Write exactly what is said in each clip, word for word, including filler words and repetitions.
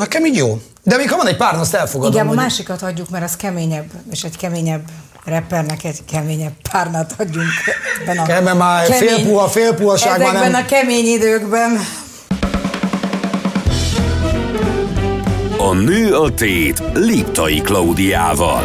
Na kemény jó. De még ha van egy pár, azt elfogadom. Igen, a másikat hagyjuk, mert az keményebb, és egy keményebb rappernek egy keményebb párnát adjunk. Kemény már félpuha, félpuhaságban nem. Ezekben a kemény időkben. A Nő a Tét Liptai Klaudiával.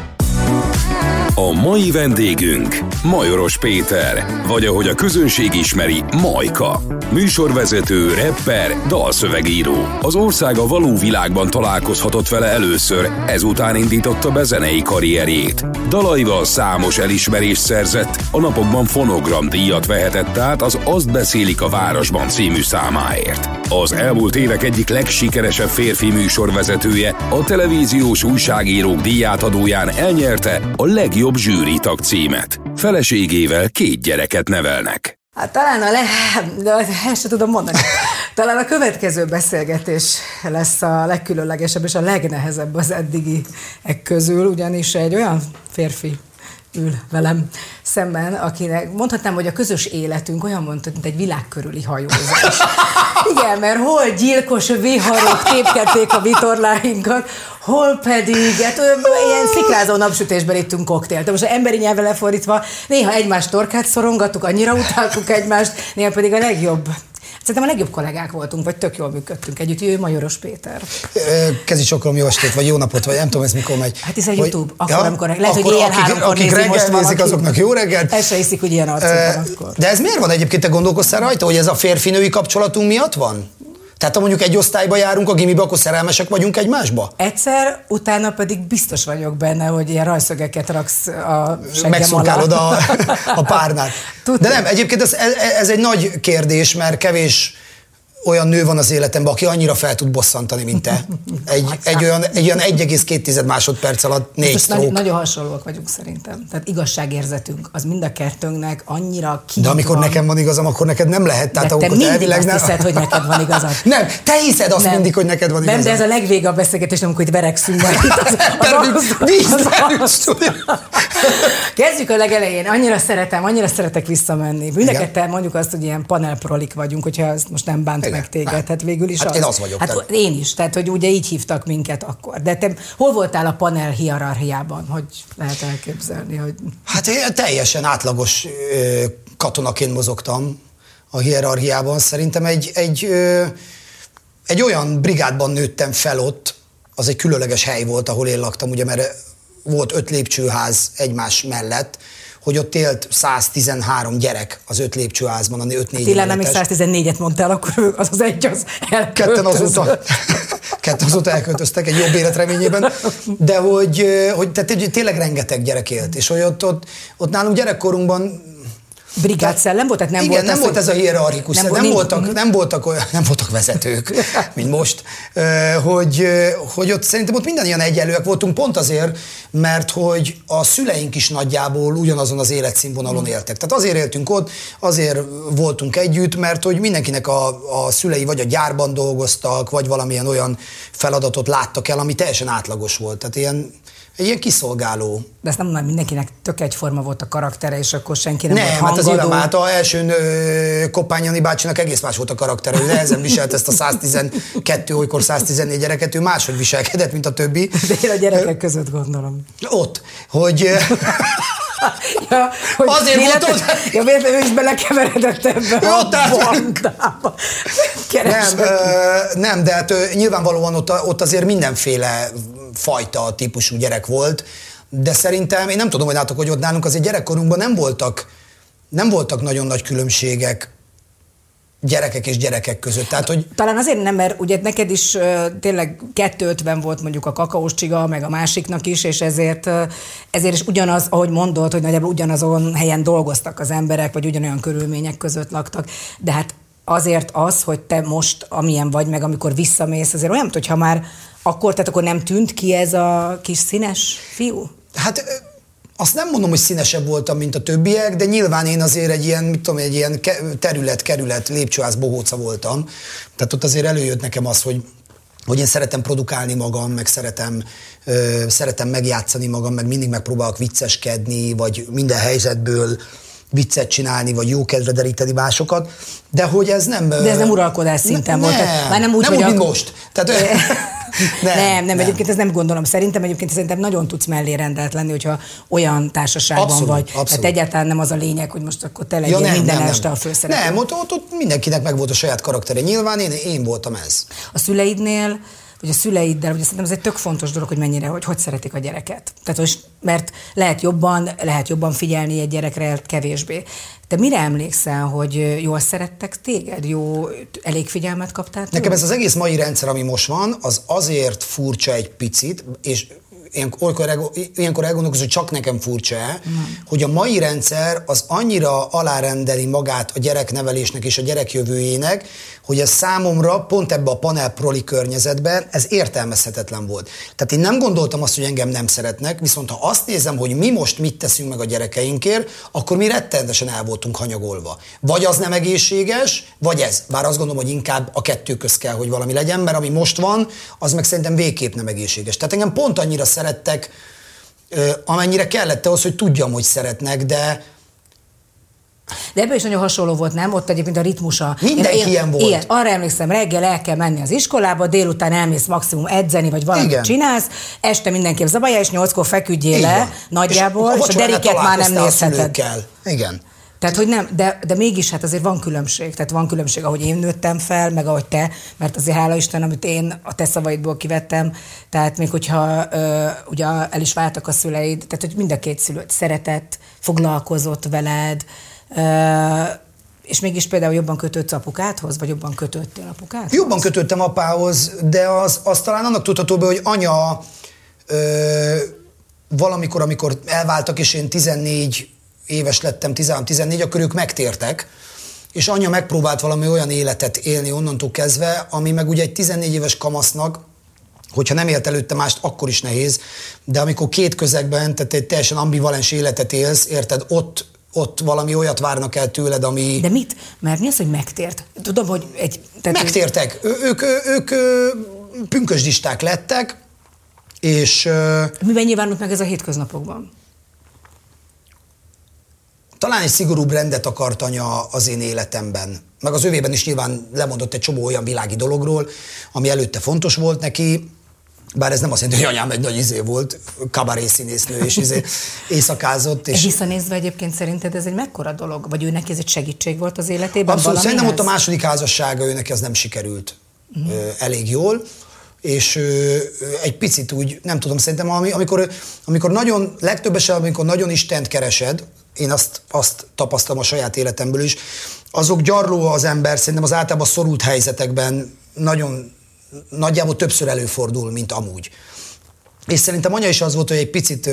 A mai vendégünk Majoros Péter, vagy ahogy a közönség ismeri, Majka. Műsorvezető, rapper, dalszövegíró. Az ország a való világban találkozhatott vele először, ezután indította be zenei karrierjét. Dalaival számos elismerést szerzett, a napokban Fonogram díjat vehetett át az Azt beszélik a városban című számáért. Az elmúlt évek egyik legsikeresebb férfi műsorvezetője, a televíziós újságírók díjátadóján elnyerte a legjobb zsűritag címet. Feleségével két gyereket nevelnek. Hát talán a le... de ezt sem tudom mondani. Talán a következő beszélgetés lesz a legkülönlegesebb és a legnehezebb az eddigiek közül, ugyanis egy olyan férfi ül velem szemben, akinek mondhatnám, hogy a közös életünk olyan mondta, mint egy világkörüli hajózás. Igen, mert hol gyilkos viharok tépkedték a vitorláinkat, hol pedig, hát ilyen szikrázó napsütésben ittünk koktélt. De most emberi nyelven lefordítva, néha egymás torkát szorongattuk, annyira utáltuk egymást, néha pedig a legjobb. Szerintem a legjobb kollégák voltunk, vagy tök jól működtünk együtt. Ő Majoros Péter. Kezi csokolom, jó estét, vagy jó napot, vagy nem tudom, ez mikor megy. Hát ez a YouTube, akkor, ja, amikor, lehet, akkor, hogy ilyen akik, háromkor akik nézi most reggel nézik, azoknak jó reggelt. El se hiszik, hogy ilyen arcuk van akkor. De ez miért van egyébként, te gondolkoztál rajta, hogy ez a férfi-női kapcsolatunk miatt van? Tehát ha mondjuk egy osztályba járunk a gimibe, akkor szerelmesek vagyunk egymásba? Egyszer, utána pedig biztos vagyok benne, hogy ilyen rajszögeket raksz a seggem alá. Megszurkálod a, a párnát. De nem, egyébként ez, ez egy nagy kérdés, mert kevés olyan nő van az életemben, aki annyira fel tud bosszantani, mint te. Egy, egy olyan, egy olyan egy egész két másodperc alatt négy stroke. Nagy, nagyon hasonlóak vagyunk szerintem. Tehát igazságérzetünk, az mind a kettőnknek annyira ki. De amikor van. Nekem van igazam, akkor neked nem lehet. Tehát de te mindig elvileg azt nem... hiszed, hogy neked van igazad. Nem, te hiszed azt nem. mindig, hogy neked van igazad. Nem, de ez a legvége a beszélgetés, amikor itt verekszünk majd. Kezdjük a legelején. Annyira szeretem, annyira szeretek visszamenni. Mindenketten mondjuk azt, hogy ilyen panelprolik vagyunk, hogyha ezt most nem bánt meg téged, hát végül is hát az. Én az vagyok. Hát tehát. Én is, tehát hogy ugye így hívtak minket akkor. De te hol voltál a panel hierarchiában? Hogy lehet elképzelni, hogy... Hát én teljesen átlagos ö, katonaként mozogtam a hierarchiában. Szerintem egy, egy, ö, egy olyan brigádban nőttem fel ott, az egy különleges hely volt, ahol én laktam, ugye, mert volt öt lépcsőház egymás mellett, hogy ott élt száztizenhárom gyerek az öt lépcsőházban, a öt-négy Attila nem még száztizennégyet mondtál, akkor az az egy az elköltözött. Ketten azóta, ketten azóta elköltöztek egy jobb élet reményében, de hogy, hogy tehát tényleg rengeteg gyerek élt, és hogy ott, ott, ott nálunk gyerekkorunkban brigád szellem volt? Tehát nem igen, volt nem az, volt ez a hierarchikus, nem, nem, voltak, nem, voltak olyan, nem voltak vezetők, mint most, hogy, hogy ott szerintem ott minden ilyen egyenlőek voltunk, pont azért, mert hogy a szüleink is nagyjából ugyanazon az életszínvonalon éltek. Tehát azért éltünk ott, azért voltunk együtt, mert hogy mindenkinek a, a szülei vagy a gyárban dolgoztak, vagy valamilyen olyan feladatot láttak el, ami teljesen átlagos volt. Tehát ilyen egy ilyen kiszolgáló. De ezt nem mondom, mindenkinek tök egyforma volt a karaktere, és akkor senki nem, nem volt hangadó. Nem, hát az Iván első Koppány Jani bácsinak egész más volt a karaktere. Ő nehezen viselt ezt a száztizenkettő, olykor száztizennégy gyereket, ő máshogy viselkedett, mint a többi. De én a gyerekek között gondolom. Ott, hogy... ja, hogy azért véletlen, volt ott... Ja, véletlenül is belekeveredett ebbe a bandába. Nem, nem, de hát nyilvánvalóan ott, ott azért mindenféle fajta típusú gyerek volt, de szerintem, én nem tudom, hogy látok, hogy ott nálunk azért gyerekkorunkban nem voltak, nem voltak nagyon nagy különbségek gyerekek és gyerekek között. Tehát, hogy... Talán azért nem, mert ugye neked is uh, tényleg kettő ötven volt mondjuk a kakaós csiga, meg a másiknak is, és ezért, uh, ezért is ugyanaz, ahogy mondod, hogy nagyjából ugyanazon helyen dolgoztak az emberek, vagy ugyanolyan körülmények között laktak, de hát azért az, hogy te most amilyen vagy, meg amikor visszamész, azért olyan, hogyha már akkor, tehát akkor nem tűnt ki ez a kis színes fiú? Hát azt nem mondom, hogy színesebb voltam, mint a többiek, de nyilván én azért egy ilyen, mit tudom, egy ilyen terület, kerület, lépcsőház bohóca voltam. Tehát ott azért előjött nekem az, hogy, hogy én szeretem produkálni magam, meg szeretem, ö, szeretem megjátszani magam, meg mindig megpróbálok vicceskedni, vagy minden helyzetből viccet csinálni, vagy jó kedvre deríteni másokat, de hogy ez nem... De ez nem uralkodás szinten ne, volt. Nem, már nem úgy, nem úgy, mint most. Tehát, nem, nem, nem, egyébként ezt nem gondolom. Szerintem egyébként szerintem nagyon tudsz mellé rendelt lenni, hogyha olyan társaságban abszolút, vagy. Abszolút. Tehát egyáltalán nem az a lényeg, hogy most akkor te legyél ja, nem, minden nem, este nem. a főszereplő. Nem, ott, ott, ott mindenkinek meg volt a saját karaktere. Nyilván én, én voltam ez. A szüleidnél, vagy a szüleiddel, ugye szerintem ez egy tök fontos dolog, hogy mennyire, hogy hogy szeretik a gyereket. Tehát, hogy, mert lehet jobban, lehet jobban figyelni egy gyerekre, kevésbé. Te mire emlékszel, hogy jól szerettek téged? Jó, elég figyelmet kaptál? Nekem ez az egész mai rendszer, ami most van, az azért furcsa egy picit, és ilyenkor, ilyenkor elgondolkozom, hogy csak nekem furcsa-e, hogy a mai rendszer az annyira alárendeli magát a gyereknevelésnek és a gyerek jövőjének, hogy ez számomra pont ebbe a panel proli környezetben ez értelmezhetetlen volt. Tehát én nem gondoltam azt, hogy engem nem szeretnek, viszont ha azt nézem, hogy mi most mit teszünk meg a gyerekeinkért, akkor mi rettenetesen el voltunk hanyagolva. Vagy az nem egészséges, vagy ez. Bár azt gondolom, hogy inkább a kettő köz kell, hogy valami legyen, mert ami most van, az meg szerintem végképp nem egészséges. Tehát engem pont annyira szerettek, amennyire kellett ahhoz, hogy tudjam, hogy szeretnek, de De ebből is nagyon hasonló volt, nem? Ott egyébként a ritmusa. Mindenki én, ilyen volt. Ilyen. Arra emlékszem, reggel el kell menni az iskolába, délután elmész maximum edzeni, vagy valamit Igen. csinálsz, este mindenképp zabálja, és nyolckor feküdjél le nagyjából, és a, és a deriket már nem nézheted. Igen. Tehát, hogy nem, de, de mégis hát azért van különbség. Tehát van különbség, ahogy én nőttem fel, meg ahogy te, mert azért hála Isten, amit én a te szavaidból kivettem, tehát még hogyha ö, ugye el is váltak a szüleid, tehát hogy mind a két szülőt szeretett, foglalkozott veled, ö, és mégis például jobban kötődsz apukádhoz, vagy jobban kötődtél apukádhoz? Jobban kötődtem apához, de az, az talán annak tudható be, hogy anya ö, valamikor, amikor elváltak, és én tizennégy éves lettem, tizenhárom-tizennégy, akkor ők megtértek, és anya megpróbált valami olyan életet élni onnantól kezdve, ami meg ugye egy tizennégy éves kamasznak, hogyha nem élt előtte mást, akkor is nehéz, de amikor két közegben, tehát egy teljesen ambivalens életet élsz, érted, ott, ott valami olyat várnak el tőled, ami... De mit? Mert mi az, hogy megtért? Tudom, hogy egy... Tehát megtértek. Ő, ők, ők, ők pünkösdisták lettek, és... Miben nyilvánult meg ez a hétköznapokban? Talán egy szigorúbb rendet akart anya az én életemben. Meg az övében is nyilván lemondott egy csomó olyan világi dologról, ami előtte fontos volt neki, bár ez nem azt jelenti, hogy anyám egy nagy izé volt, kabaré színésznő, és izé éjszakázott. És... Visszanézve egyébként szerinted ez egy mekkora dolog? Vagy ő neki ez egy segítség volt az életében? Abszolút, szerintem ott a második házassága, ő neki az nem sikerült uh-huh. ö, elég jól, és ö, egy picit úgy, nem tudom, szerintem amikor, amikor nagyon, legtöbb esetben, amikor nagyon Istent keresed, én azt, azt tapasztalom a saját életemből is, azok gyarló az ember, szerintem az általában szorult helyzetekben nagyon, nagyjából többször előfordul, mint amúgy. És szerintem anya is az volt, hogy egy picit,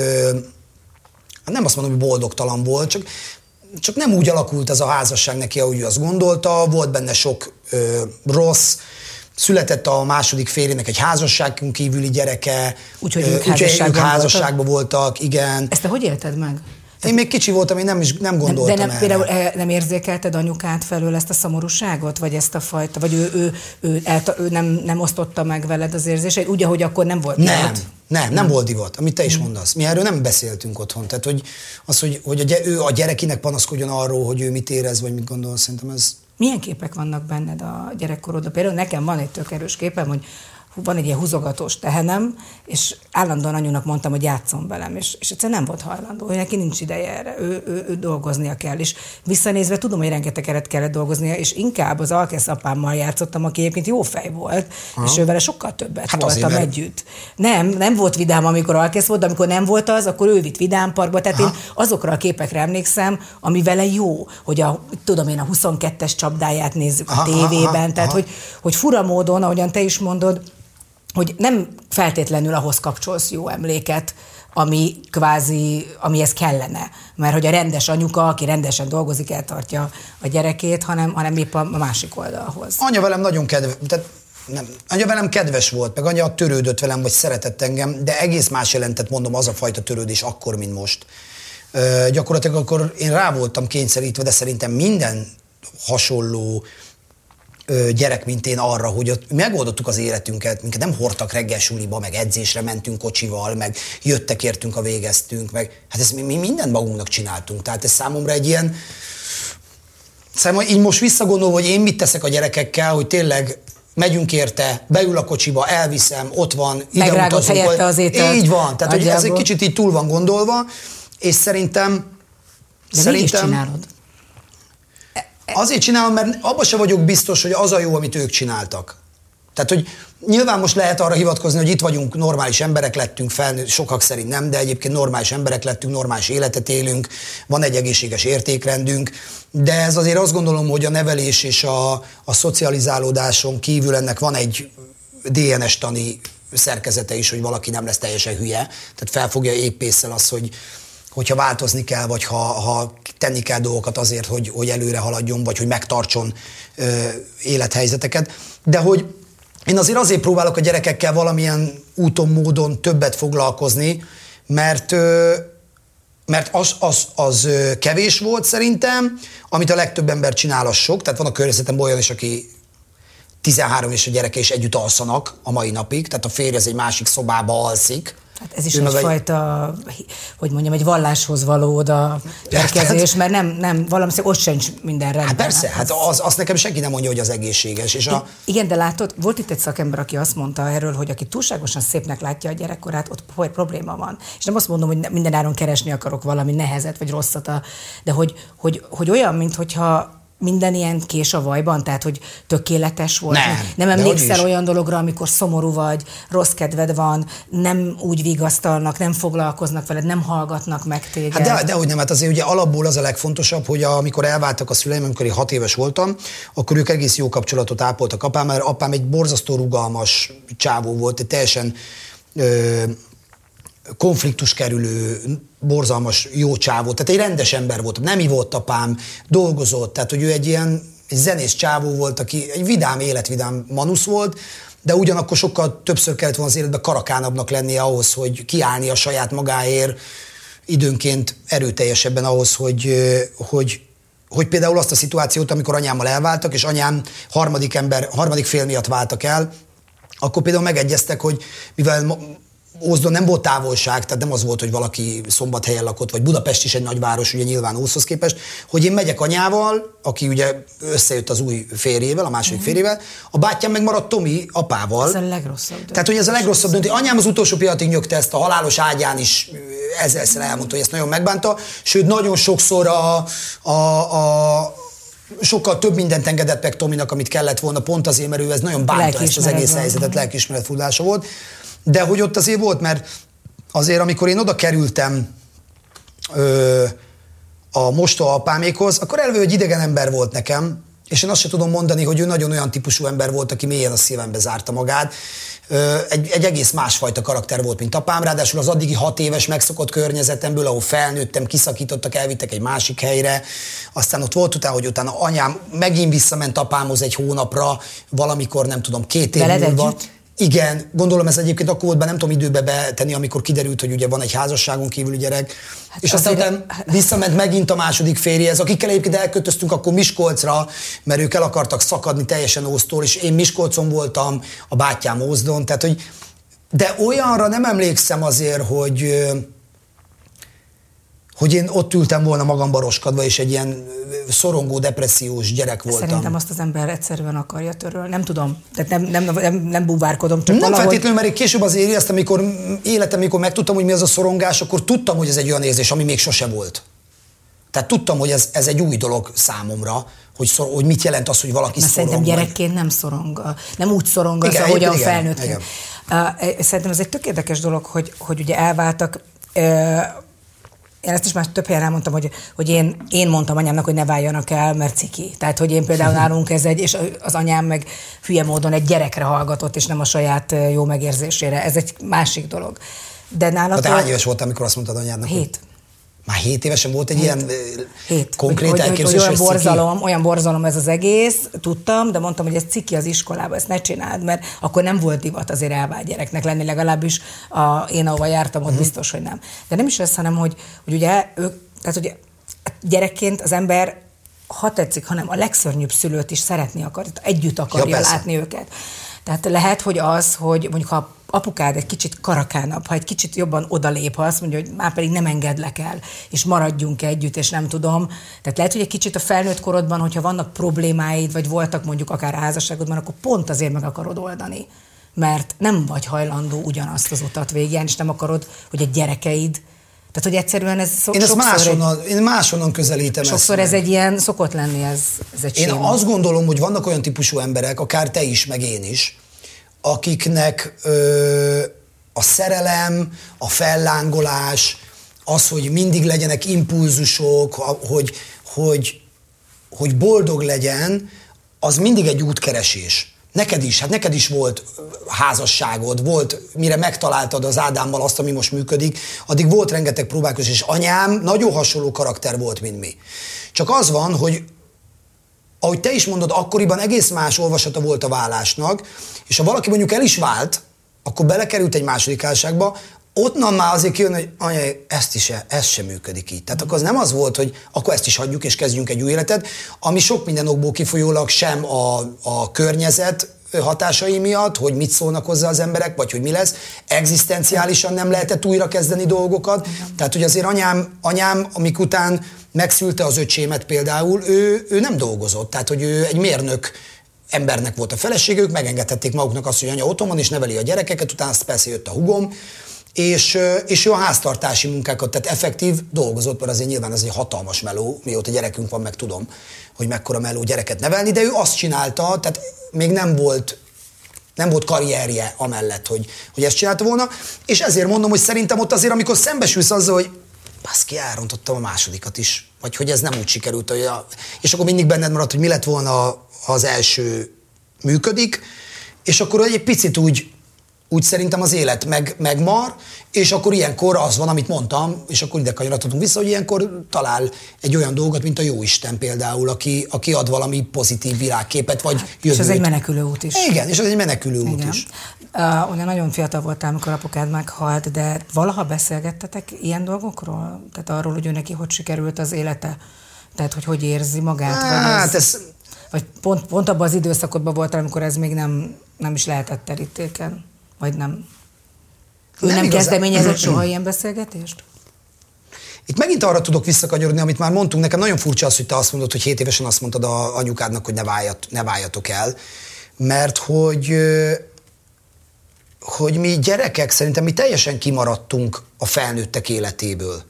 nem azt mondom, hogy boldogtalan volt, csak, csak nem úgy alakult ez a házasság neki, ahogy ő azt gondolta, volt benne sok ö, rossz, született a második férjének egy házasságon kívüli gyereke, úgyhogy ők házasságban, házasságban voltak. voltak, igen. Ezt te hogy élted meg? Én még kicsi voltam, én nem is nem gondoltam De nem, erre. Például nem érzékelted anyukád felől ezt a szomorúságot, vagy ezt a fajta, vagy ő, ő, ő, elta, ő nem, nem osztotta meg veled az érzéseit, úgy, ahogy akkor nem volt nem, divat? Nem, nem, nem volt divat, amit te is mondasz. Mi erről nem beszéltünk otthon. Tehát, hogy az, hogy, hogy a, gy- ő a gyerekinek panaszkodjon arról, hogy ő mit érez, vagy mit gondol, szerintem ez... Milyen képek vannak benned a gyerekkorodban? Például nekem van egy tök erős képem, hogy van egy ilyen húzogatós tehenem, és állandóan anyunak mondtam, hogy játszom velem, és, és egyszerűen nem volt hajlandó, hogy neki nincs ideje erre, ő, ő, ő dolgoznia kell, és visszanézve tudom, hogy rengeteget kellett dolgoznia, és inkább az Alkesz apámmal játszottam, aki egyébként jó fej volt, aha. és ő vele sokkal többet hát voltam azért, együtt. Nem, nem volt vidám, amikor Alkesz volt, de amikor nem volt az, akkor ő vitt vidámparkba, tehát aha. én azokra a képekre emlékszem, ami vele jó, hogy a, tudom én, a huszonkettes csapdáját nézzük aha, a tévében, aha, tehát aha. Hogy, hogy fura módon, ahogyan te is mondod, hogy nem feltétlenül ahhoz kapcsolsz jó emléket, ami kvázi, amihez kellene. Mert hogy a rendes anyuka, aki rendesen dolgozik, eltartja a gyerekét, hanem, hanem épp a másik oldalhoz. Anya velem nagyon kedves, tehát nem, anya velem kedves volt, meg anya törődött velem, vagy szeretett engem, de egész más jelentett, mondom, az a fajta törődés akkor, mint most. Ö, gyakorlatilag akkor én rá voltam kényszerítve, de szerintem minden hasonló gyerek, mint én arra, hogy ott megoldottuk az életünket, minket nem hordtak reggel suliba, meg edzésre mentünk kocsival, meg jöttek, értünk, a végeztünk, meg hát ezt mi, mi mindent magunknak csináltunk. Tehát ez számomra egy ilyen, számomra így most visszagondolva, hogy én mit teszek a gyerekekkel, hogy tényleg megyünk érte, beül a kocsiba, elviszem, ott van, ide utazunk. Helyette az ételt. Így van, tehát hogy ez egy kicsit így túl van gondolva, és szerintem... De szerintem csinálod? Azért csinálom, mert abban sem vagyok biztos, hogy az a jó, amit ők csináltak. Tehát, hogy nyilván most lehet arra hivatkozni, hogy itt vagyunk, normális emberek lettünk, felnőtt, sokak szerint nem, de egyébként normális emberek lettünk, normális életet élünk, van egy egészséges értékrendünk, de ez azért azt gondolom, hogy a nevelés és a, a szocializálódáson kívül ennek van egy dé en es-tani szerkezete is, hogy valaki nem lesz teljesen hülye, tehát felfogja épésszel az, hogy hogyha változni kell, vagy ha, ha tenni kell dolgokat azért, hogy, hogy előre haladjon, vagy hogy megtartson ö, élethelyzeteket. De hogy én azért azért próbálok a gyerekekkel valamilyen úton, módon többet foglalkozni, mert, ö, mert az, az, az kevés volt szerintem, amit a legtöbb ember csinál, az sok. Tehát van a környezetemben olyan is, aki tizenhárom és a gyereke is együtt alszanak a mai napig, tehát a férj az egy másik szobába alszik. Hát ez is ő egyfajta, egy... hogy mondjam, egy valláshoz való oda érkezés, mert nem, nem valamiszerűen ott sincs minden rendben. Hát persze, hát az, azt nekem senki nem mondja, hogy az egészséges. És a... Igen, de látod, volt itt egy szakember, aki azt mondta erről, hogy aki túlságosan szépnek látja a gyerekkorát, ott probléma van. És nem azt mondom, hogy mindenáron keresni akarok valami nehezet vagy rosszat, a, de hogy, hogy, hogy olyan, minthogyha minden ilyen kés a vajban, tehát hogy tökéletes volt. Nem, nem emlékszel olyan dologra, amikor szomorú vagy, rossz kedved van, nem úgy vigasztalnak, nem foglalkoznak veled, nem hallgatnak meg téged. Hát de, dehogy nem, hát azért ugye alapból az a legfontosabb, hogy amikor elváltak a szüleim, amikor én hat éves voltam, akkor ők egész jó kapcsolatot ápoltak apám, mert apám egy borzasztó rugalmas csávó volt, egy teljesen ö, konfliktus kerülő, borzalmas, jó csávó, tehát egy rendes ember volt, nem ivott apám, dolgozott, tehát hogy ő egy ilyen egy zenész csávó volt, aki egy vidám, életvidám manusz volt, de ugyanakkor sokkal többször kellett volna az életben karakánabbnak lennie ahhoz, hogy kiállni a saját magáért, időnként erőteljesebben ahhoz, hogy, hogy, hogy például azt a szituációt, amikor anyámmal elváltak, és anyám harmadik ember, harmadik fél miatt váltak el, akkor például megegyeztek, hogy mivel Ózdon nem volt távolság, tehát nem az volt, hogy valaki Szombathelyen lakott, vagy Budapest is egy nagyváros, ugye nyilván Ózdhoz képest, hogy én megyek anyával, aki ugye összejött az új férjével, a második mm. férjével, a bátyám meg maradt Tomi apával. Ez a legrosszabb döntés. Tehát, hogy ez a legrosszabb döntés. Anyám az utolsó pillanatig nyögte ezt, a halálos ágyán is ezerszer elmondta, hogy ezt nagyon megbánta, sőt, nagyon sokszor a, a, a sokkal több mindent engedett meg Tominak, amit kellett volna, pont azért, mert ő ez nagyon bánta ezt az egész helyzetet, lelkiismeret furdalása volt. De hogy ott azért volt, mert azért, amikor én oda kerültem ö, a mostoha apámékhoz, akkor elvő egy idegen ember volt nekem, és én azt sem tudom mondani, hogy ő nagyon olyan típusú ember volt, aki mélyen a szívembe zárta magát. Ö, egy, egy egész másfajta karakter volt, mint apám, ráadásul az addigi hat éves megszokott környezetemből, ahol felnőttem, kiszakítottak, elvittek egy másik helyre, aztán ott volt utána, hogy utána anyám megint visszament apámhoz egy hónapra, valamikor nem tudom, két év múlva. Igen, gondolom ez egyébként akkor volt be, nem tudom időbe betenni, amikor kiderült, hogy ugye van egy házasságon kívüli gyerek. Hát és aztán utána visszament megint a második férjéhez, akikkel egyébként elkötöztünk akkor Miskolcra, mert ők el akartak szakadni teljesen Ózdtól, és én Miskolcon voltam, a bátyám Ózdon, tehát hogy... De olyanra nem emlékszem azért, hogy... hogy én ott ültem volna magamba roskadva, és egy ilyen szorongó, depressziós gyerek voltam. Szerintem azt az ember egyszerűen akarja törölni. Nem tudom, tehát nem, nem, nem, nem búvárkodom, csak nem valahogy... feltétlenül, mert én később azért éreztem, amikor életem, amikor megtudtam, hogy mi az a szorongás, akkor tudtam, hogy ez egy olyan érzés, ami még sose volt. Tehát tudtam, hogy ez, ez egy új dolog számomra, hogy, szor, hogy mit jelent az, hogy valaki szorong. Szerintem gyerekként nem szorong, nem úgy szorong az, ahogyan felnőttként. Szerintem ez egy tök érdekes dolog, hogy, hogy ugye elváltak. Én ezt is már több helyen elmondtam, hogy, hogy én, én mondtam anyámnak, hogy ne váljanak el, mert ciki. Tehát, hogy én például nálunk ez egy, és az anyám meg hülye módon egy gyerekre hallgatott, és nem a saját jó megérzésére. Ez egy másik dolog. De nálatok... Hát hány éves voltál, amikor azt mondtad anyádnak? Hét. Hogy... Már hét évesen volt egy hét. Ilyen hét. konkrét hogy, elképzelés, hogy, hogy olyan borzalom, olyan borzalom ez az egész, tudtam, de mondtam, hogy ez ciki az iskolában, ezt ne csináld, mert akkor nem volt divat azért elvált gyereknek lenni, legalábbis a, én ahova jártam, ott uh-huh. biztos, hogy nem. De nem is ez, hanem, hogy, hogy ugye ők, tehát ugye gyerekként az ember ha tetszik, hanem a legszörnyűbb szülőt is szeretni akar, együtt akarja ja, látni őket. Tehát lehet, hogy az, hogy mondjuk ha apukád egy kicsit karakánabb, ha egy kicsit jobban odalép, ha azt mondja, hogy már pedig nem engedlek el, és maradjunk együtt, és nem tudom. Tehát lehet, hogy egy kicsit a felnőtt korodban, hogyha vannak problémáid, vagy voltak mondjuk akár a házasságodban, akkor pont azért meg akarod oldani. Mert nem vagy hajlandó ugyanazt az utat végigjárni, és nem akarod, hogy a gyerekeid. Tehát, hogy egyszerűen ez szok, én ezt máshonnan, egy, én máshonnan közelítem. Sokszor ez egy ilyen, szokott lenni ez, ez egy Én séma. azt gondolom, hogy vannak olyan típusú emberek, akár te is, meg én is, akiknek ö, a szerelem, a fellángolás, az, hogy mindig legyenek impulzusok, hogy, hogy, hogy boldog legyen, az mindig egy útkeresés. Neked is, hát neked is volt házasságod, volt, mire megtaláltad az Ádámmal azt, ami most működik, addig volt rengeteg próbálkozás, és anyám nagyon hasonló karakter volt, mint mi. Csak az van, hogy ahogy te is mondod, akkoriban egész más olvasata volt a válásnak, és ha valaki mondjuk el is vált, akkor belekerült egy második házasságba, onnan már azért kijön, hogy anya, ezt is, ez sem működik így. Tehát akkor az nem az volt, hogy akkor ezt is hagyjuk és kezdjünk egy új életet, ami sok minden okból kifolyólag sem a, a környezet hatásai miatt, hogy mit szólnak hozzá az emberek, vagy hogy mi lesz, egzisztenciálisan nem lehetett újra kezdeni dolgokat. Igen. Tehát, hogy azért anyám, anyám, amik után megszülte az öcsémet például, ő, ő nem dolgozott. Tehát, hogy ő egy mérnök embernek volt a felesége, ők megengedhették maguknak azt, hogy anya otthon van és neveli a gyerekeket, utána azt persze jött a hugom, és, és ő a háztartási munkákat, tehát effektív dolgozott, mert azért nyilván ez egy hatalmas meló, mióta gyerekünk van, meg tudom, hogy mekkora meló gyereket nevelni, de ő azt csinálta, tehát még nem volt, nem volt karrierje amellett, hogy, hogy ezt csinálta volna, és ezért mondom, hogy szerintem ott azért, amikor szembesülsz azzal, hogy baszki, elrontottam a másodikat is, vagy hogy ez nem úgy sikerült, hogy a, és akkor mindig benned maradt, hogy mi lett volna az első működik, és akkor egy picit úgy, úgy szerintem az élet meg, megmar, és akkor ilyenkor az van, amit mondtam, és akkor ide kanyarodhatunk vissza, hogy ilyenkor talál egy olyan dolgot, mint a Jóisten például, aki, aki ad valami pozitív világképet, vagy jövőt. És ez egy menekülő út is. Igen, és ez egy menekülő út Igen. is. Uh, ugye nagyon fiatal voltál, amikor apukád meghalt, de valaha beszélgettetek ilyen dolgokról? Tehát arról, hogy ő neki hogy sikerült az élete? Tehát, hogy hogy érzi magát? Hát vagy ez, ez... Vagy pont, pont abban az időszakodban voltál, amikor ez még nem, nem is lehetett terítéken? Vagy nem? Ő nem, nem kezdeményezett soha ilyen beszélgetést? Itt megint arra tudok visszakanyarodni, amit már mondtunk. Nekem nagyon furcsa az, hogy te azt mondod, hogy hét évesen azt mondtad a anyukádnak, hogy ne, váljat, ne váljatok el. Mert hogy, hogy mi gyerekek, szerintem mi teljesen kimaradtunk a felnőttek életéből.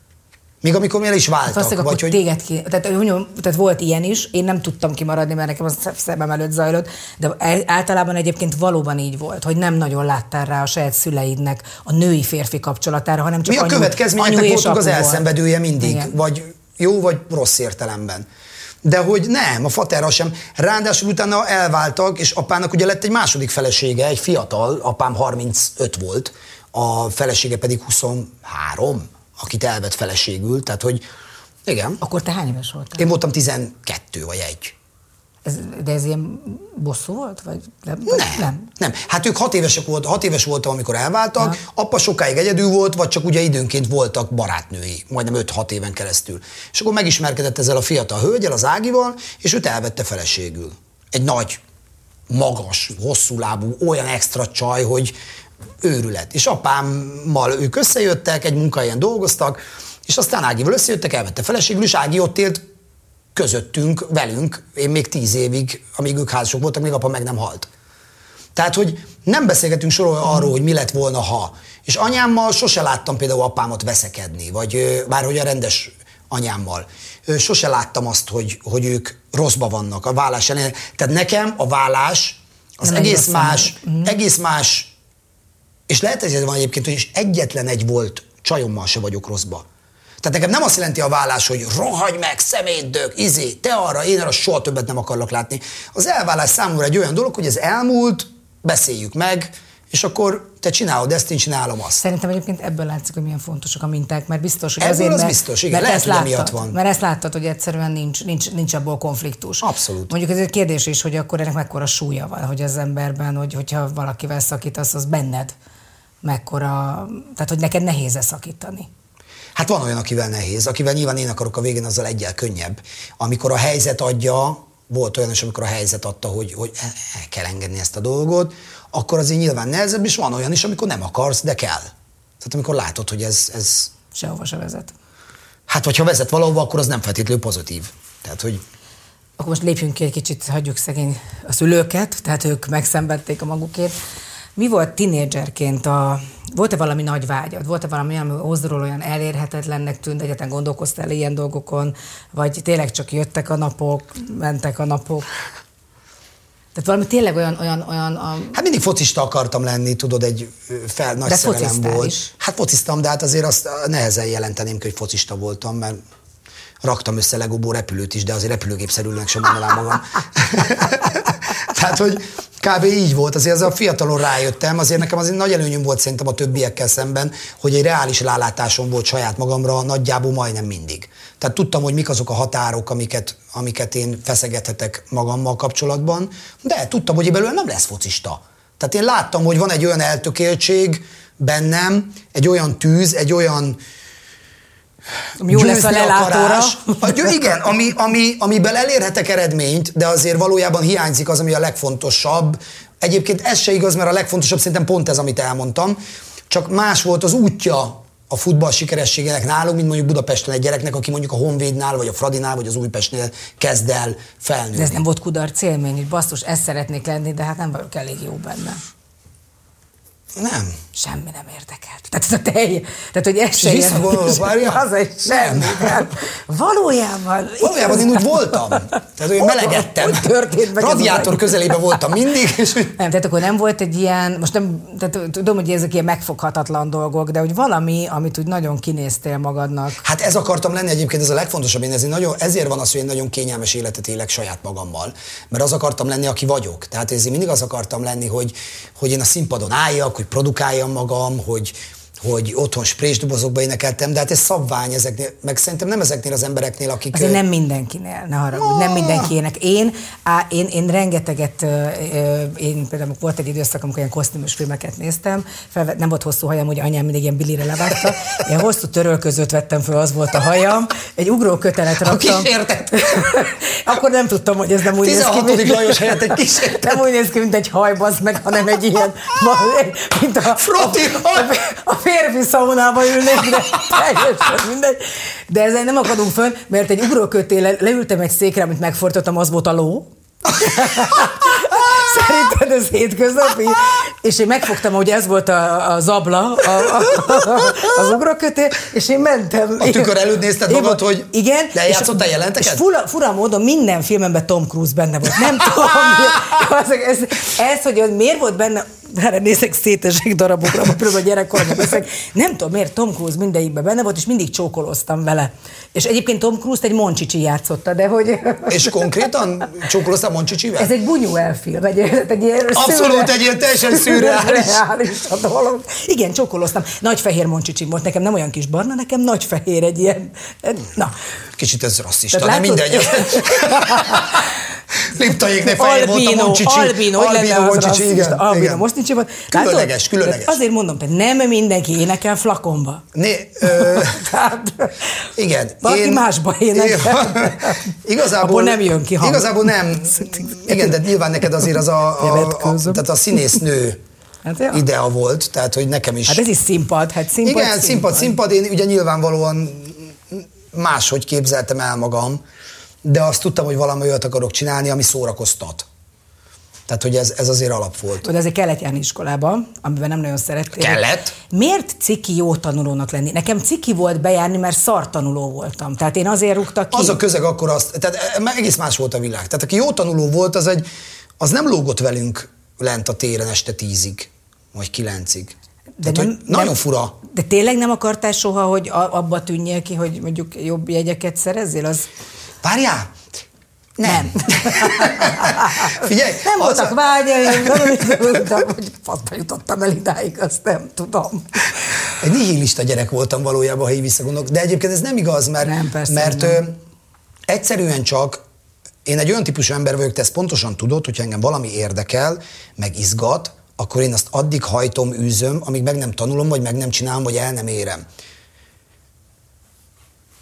Még amikor mi el is váltak. Hát vagy hogy... téged ki... tehát, tehát volt ilyen is, én nem tudtam kimaradni, mert nekem az szemem előtt zajlott, de általában egyébként valóban így volt, hogy nem nagyon láttál rá a saját szüleidnek a női-férfi kapcsolatára, hanem csak mi a anyu, következményeknek anyu voltunk az elszenvedője mindig, igen. Vagy jó, vagy rossz értelemben. De hogy nem, a faterra sem. Ráadásul utána elváltak, és apának ugye lett egy második felesége, egy fiatal, apám harmincöt volt, a felesége pedig huszonhárom, akit elvett feleségül, tehát hogy igen. Akkor te hány éves voltál? Én voltam tizenkettő vagy egy. Ez, de ez ilyen bosszú volt? Vagy nem, nem, nem. nem. Hát ők hat évesek volt, hat éves voltam, amikor elváltak, ha. Apa sokáig egyedül volt, vagy csak ugye időnként voltak barátnői, majdnem öt-hat éven keresztül. És akkor megismerkedett ezzel a fiatal hölgyel, az Ágival, és őt elvette feleségül. Egy nagy, magas, hosszú lábú, olyan extra csaj, hogy őrület. És apámmal ők összejöttek, egy munkahelyen dolgoztak, és aztán Ágival összejöttek, elvette feleségül, és Ági ott élt közöttünk, velünk, én még tíz évig, amíg ők házasok voltak, még apa meg nem halt. Tehát, hogy nem beszélgetünk sorolva arról, hogy mi lett volna, ha. És anyámmal sose láttam például apámat veszekedni, vagy bárhogy a rendes anyámmal. Sose láttam azt, hogy, hogy ők rosszba vannak a vállás ellen. Tehát nekem a vállás az nem egész más, mm. egész más, és lehet, hogy ez van egyébként, hogy egyetlen egy volt csajommal se vagyok rosszba. Tehát nekem nem azt jelenti a vállás, hogy rohagy meg, szemétdög, izé, te arra, én arra soha többet nem akarlak látni. Az elvállás számomra egy olyan dolog, hogy ez elmúlt, beszéljük meg, és akkor te csinálod ezt, én csinálom azt. Szerintem egyébként ebből látszik, hogy milyen fontosak a minták, mert biztos, hogy ebből azért, az mert, biztos, igen, mert lehet, hogy láttad, van. Mert ezt láttad, hogy egyszerűen nincs, nincs, nincs abból konfliktus. Abszolút. Mondjuk ez egy kérdés is, hogy akkor ennek mekkora súlya van, hogy az emberben, hogy, hogyha valakivel szakítasz, az benned mekkora, tehát hogy neked nehéz-e szakítani. Hát van olyan, akivel nehéz, akivel nyilván én akarok a végén, azzal egyel könnyebb. Amikor a helyzet adja, volt olyan is, amikor a helyzet adta, hogy, hogy el kell engedni ezt a dolgot, akkor azért nyilván nehezebb, és van olyan is, amikor nem akarsz, de kell. Tehát amikor látod, hogy ez... ez... Sehova se vezet. Hát, vagy ha vezet valahova, akkor az nem feltétlenül pozitív. Tehát, hogy... Akkor most lépjünk ki egy kicsit, hagyjuk szegény a szülőket, tehát ők megszenvedték a magukét. Mi volt tinédzserként a... Volt-e valami nagy vágyad? Volt-e valami olyan, ami hozzáról olyan elérhetetlennek tűnt, egyáltalán gondolkoztál ilyen dolgokon, vagy tényleg csak jöttek a napok, mentek a napok? Tehát valami tényleg olyan... olyan, olyan a... Hát mindig focista akartam lenni, tudod, egy fel, nagy de szerelem volt. Is. Hát fociztam, de hát azért azt nehezen jelenteném, hogy focista voltam, mert raktam össze Legóból repülőt is, de azért repülőgépszerűnek sem mondanám magam. Tehát, hogy kb. Így volt, azért az a fiatalon rájöttem, azért nekem azért nagy előnyöm volt szerintem a többiekkel szemben, hogy egy reális rálátásom volt saját magamra nagyjából majdnem mindig. Tehát tudtam, hogy mik azok a határok, amiket, amiket én feszegethetek magammal kapcsolatban, de tudtam, hogy belőle nem lesz focista. Tehát én láttam, hogy van egy olyan eltökéltség bennem, egy olyan tűz, egy olyan jó lesz a lelátóra. Akarás, igen, ami, ami, amiben elérhetek eredményt, de azért valójában hiányzik az, ami a legfontosabb. Egyébként ez se igaz, mert a legfontosabb szerintem pont ez, amit elmondtam. Csak más volt az útja a futball sikerességének nálunk, mint mondjuk Budapesten egy gyereknek, aki mondjuk a Honvédnál, vagy a Fradinál, vagy az Újpestnél kezd el felnőni. De ez nem volt kudarc élmény, hogy basszus, ezt szeretnék lenni, de hát nem vagyok elég jó benne. Nem. Semmi nem érdekelt. Tehát ez a telj, tehát hogy ez se érdekelt. Az egy semmi. Nem. Valójában... Valójában én úgy voltam. Tehát, hogy melegettem. Radiátor közelében voltam mindig. És... Nem, tehát akkor nem volt egy ilyen, most nem, tehát tudom, hogy ezek ilyen megfoghatatlan dolgok, de hogy valami, amit úgy nagyon kinéztél magadnak. Hát ez akartam lenni egyébként, ez a legfontosabb. Én ezért, nagyon, ezért van az, hogy én nagyon kényelmes életet élek saját magammal. Mert az akartam lenni, aki vagyok. Tehát ezért mindig az akartam lenni, hogy, hogy én a színpadon álljak, hogy produkáljam magam, hogy, hogy otthon sprésdobozokba énekeltem, de hát ez szabvány ezeknél, meg szerintem nem ezeknél az embereknél, akik... Azért nem mindenkinél, ne haragudj, oh. nem mindenkinek. Én, á, én, én rengeteget, én például volt egy időszak, amikor ilyen kosztümös filmeket néztem, fel, nem volt hosszú hajam, hogy anyám mindig ilyen bilire levágta, ilyen hosszú törölközőt vettem föl, az volt a hajam, egy ugrókötelet raktam. A kísértet! Akkor nem tudtam, hogy ez nem úgy néz ki, mint... Lajos helyett egy kísértet. Nem úgy néz ki, mint egy hajbazd meg, hanem egy ilyen, mint a, Froti, a, a férfi szaunába ülnék, de teljesen mindegy. De ezzel nem akadunk föl, mert egy ugrókötéllel leültem egy székre, amit megfordítottam, az volt a ló. Szerinted ez hétköznapi? És én megfogtam, hogy ez volt a, a zabla, a, a, az ugrókötél, és én mentem. A tükör előtt nézted magad, hogy igen, lejátszottál jelenteket? És fura, fura módon minden filmemben Tom Cruise benne volt. Nem tudom, ez, ez, ez, hogy miért volt benne, erre nézek szétesik darabokra, például a gyerekkoromban beszélek, nem tudom miért Tom Cruise mindegyikben benne volt, és mindig csókoloztam vele. És egyébként Tom Cruise-t egy Moncsicsi játszotta, de hogy... És konkrétan csókoloztál Moncsicsivel? Ez egy Buñuel film, egy, egy ilyen abszolút szürre... egy ilyen teljesen szürreális. a dolog. Igen, csókoloztam. Nagy fehér Moncsicsi volt, nekem nem olyan kis barna, nekem nagy fehér egy ilyen... Na. Kicsit ez rasszista, de mindegy. Liptaiknél fehér volt a Moncsicsi. Albino, Albino Moncsicsi, igen. Albino Moncsicsi volt. Különleges, különleges. Azért mondom, hogy nem mindenki énekel flakonba. Né, ö, igen. Valaki én, másba énekel. Igazából abból nem jön ki hang. Igazából nem. Igen, de nyilván neked azért az a, a, a, tehát a színésznő hát, ja. idea volt, tehát hogy nekem is. Hát ez is színpad. Hát színpad igen, színpad, színpad, színpad. Én ugye nyilvánvalóan máshogy képzeltem el magam, de azt tudtam, hogy valami olyat akarok csinálni, ami szórakoztat. Tehát, hogy ez, ez azért alap volt. De azért kellett járni iskolába, amiben nem nagyon szerettél. Kellett? Miért ciki jó tanulónak lenni? Nekem ciki volt bejárni, mert szar tanuló voltam. Tehát én azért rúgtak ki. Az a közeg akkor azt, tehát egész más volt a világ. Tehát aki jó tanuló volt, az, egy, az nem lógott velünk lent a téren este tízig, vagy kilencig. De tehát, nem, nagyon nem, fura. De tényleg nem akartál soha, hogy abba tűnjél ki, hogy mondjuk jobb jegyeket szerezzél? Az... Várjál! Nem. Figyelj! Nem voltak vágyaim, nem hogy faszba jutottam el idáig, azt nem tudom. Egy nihilista gyerek voltam valójában, ha így visszagondolok. De egyébként ez nem igaz, mert, nem, persze, mert nem. Ö, egyszerűen csak én egy olyan típusú ember vagyok, te ezt pontosan tudod, hogyha engem valami érdekel, meg izgat, akkor én azt addig hajtom, űzöm, amíg meg nem tanulom, vagy meg nem csinálom, vagy el nem érem.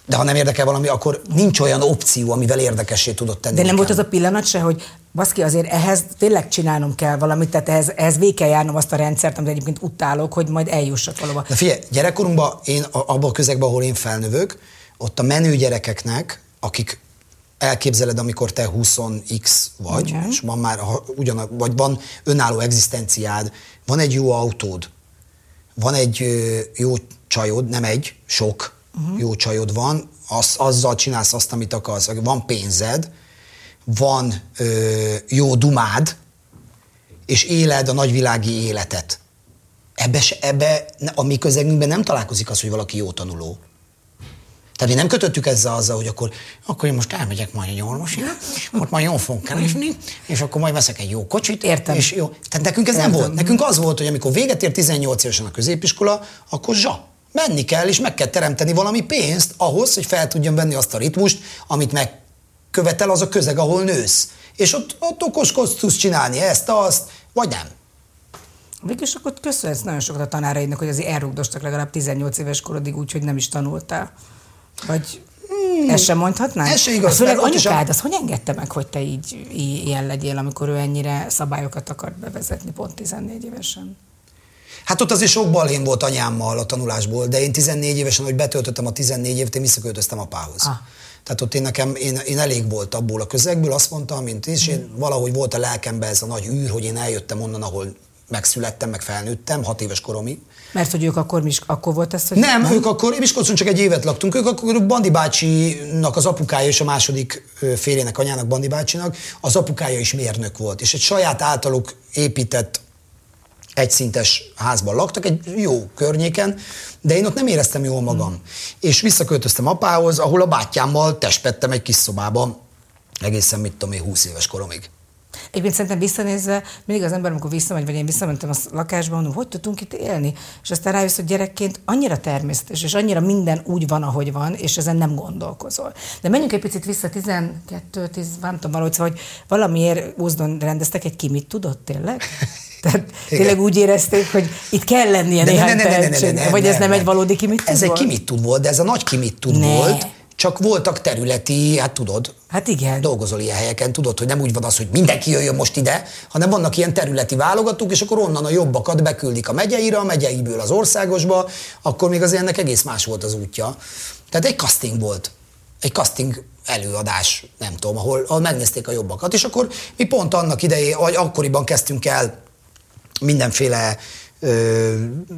De ha nem érdekel valami, akkor nincs olyan opció, amivel érdekessé tudod tenni. De nem nekem. volt az a pillanat se, hogy baszki, azért ehhez tényleg csinálnom kell valamit, tehát ehhez, ehhez végig kell járnom azt a rendszert, amit egyébként utálok, hogy majd eljussak valahova. De figyelj, gyerekkorunkban, én abban a közegben, ahol én felnövök, ott a menő gyerekeknek, akik elképzeled, amikor te húsz x vagy, okay. és van már ugyan, vagy van önálló egzisztenciád, van egy jó autód, van egy ö, jó csajod, nem egy, sok uh-huh. jó csajod van, az, azzal csinálsz azt, amit akarsz. Van pénzed, van ö, jó dumád, és éled a nagyvilági életet. Ebbe, ebbe a mi közegünkben nem találkozik az, hogy valaki jó tanuló. Tehát mi nem kötöttük ezzel azzal, hogy akkor, akkor én most elmegyek majd egy orvosira, ott majd jól fogok keresni, és akkor majd veszek egy jó kocsit. Értem. És jó. Tehát nekünk ez Értem. nem volt. Nekünk az volt, hogy amikor véget ér tizennyolc évesen a középiskola, akkor zsa. Menni kell, és meg kell teremteni valami pénzt ahhoz, hogy fel tudjon venni azt a ritmust, amit megkövetel az a közeg, ahol nősz. És ott, ott okoskodsz, tudsz csinálni ezt, azt, vagy nem. Végülis akkor köszönhetsz nagyon sokat a tanáraidnak, hogy azért elrugdostak legalább tizennyolc éves korodig úgy, hogy nem is tanultál. Vagy hmm. ezt sem mondhatnánk? Ez se igaz. Hát főleg anyukád, az hogy engedte meg, hogy te így, így ilyen legyél, amikor ő ennyire szabályokat akart bevezetni pont tizennégy évesen? Hát ott azért sok balhém volt anyámmal a tanulásból, de én tizennégy évesen, hogy betöltöttem a tizennégy évet, én visszaköltöztem apához. Ah. Tehát ott én nekem, én, én elég volt abból a közegből, azt mondtam, mint is, én valahogy volt a lelkemben ez a nagy űr, hogy én eljöttem onnan, ahol megszülettem, meg felnőttem, hat éves koromig. Mert hogy ők akkor, akkor volt ez, hogy... Nem, nem? ők akkor, Miskolcon csak egy évet laktunk, ők akkor Bandi bácsinak az apukája és a második férjének, anyának, Bandi bácsinak, az apukája is mérnök volt, és egy saját általuk épített egyszintes házban laktak, egy jó környéken, de én ott nem éreztem jól magam. Hmm. És visszaköltöztem apához, ahol a bátyámmal testpettem egy kis szobában, egészen mit tudom én, húsz éves koromig. Egyébként szerintem visszanézve, mindig az ember, amikor visszamegy, vagy én visszamentem a lakásba, mondom, hogy tudtunk itt élni? És aztán rájössz, hogy gyerekként annyira természetes, és annyira minden úgy van, ahogy van, és ezen nem gondolkozol. De menjünk egy picit vissza, tizenkettő, tíz, nem tudom valahogy, szóval, hogy valamiért Úzdon rendeztek egy ki mit tudott tényleg? Tehát tényleg úgy érezték, hogy itt kell lennie néhány tehetségnek, vagy ez nem egy valódi ki mit tud Ez egy volt? ki mit tud volt, de ez a nagy ki mit tud ne. volt, csak voltak területi, hát tudod, hát igen. dolgozol ilyen helyeken, tudod, hogy nem úgy van az, hogy mindenki jöjjön most ide, hanem vannak ilyen területi válogatók, és akkor onnan a jobbakat beküldik a megyeire, a megyeiből az országosba, akkor még az ennek egész más volt az útja. Tehát egy casting volt, egy casting előadás, nem tudom, ahol, ahol megnézték a jobbakat, és akkor mi pont annak idején, vagy akkoriban kezdtünk el mindenféle ö,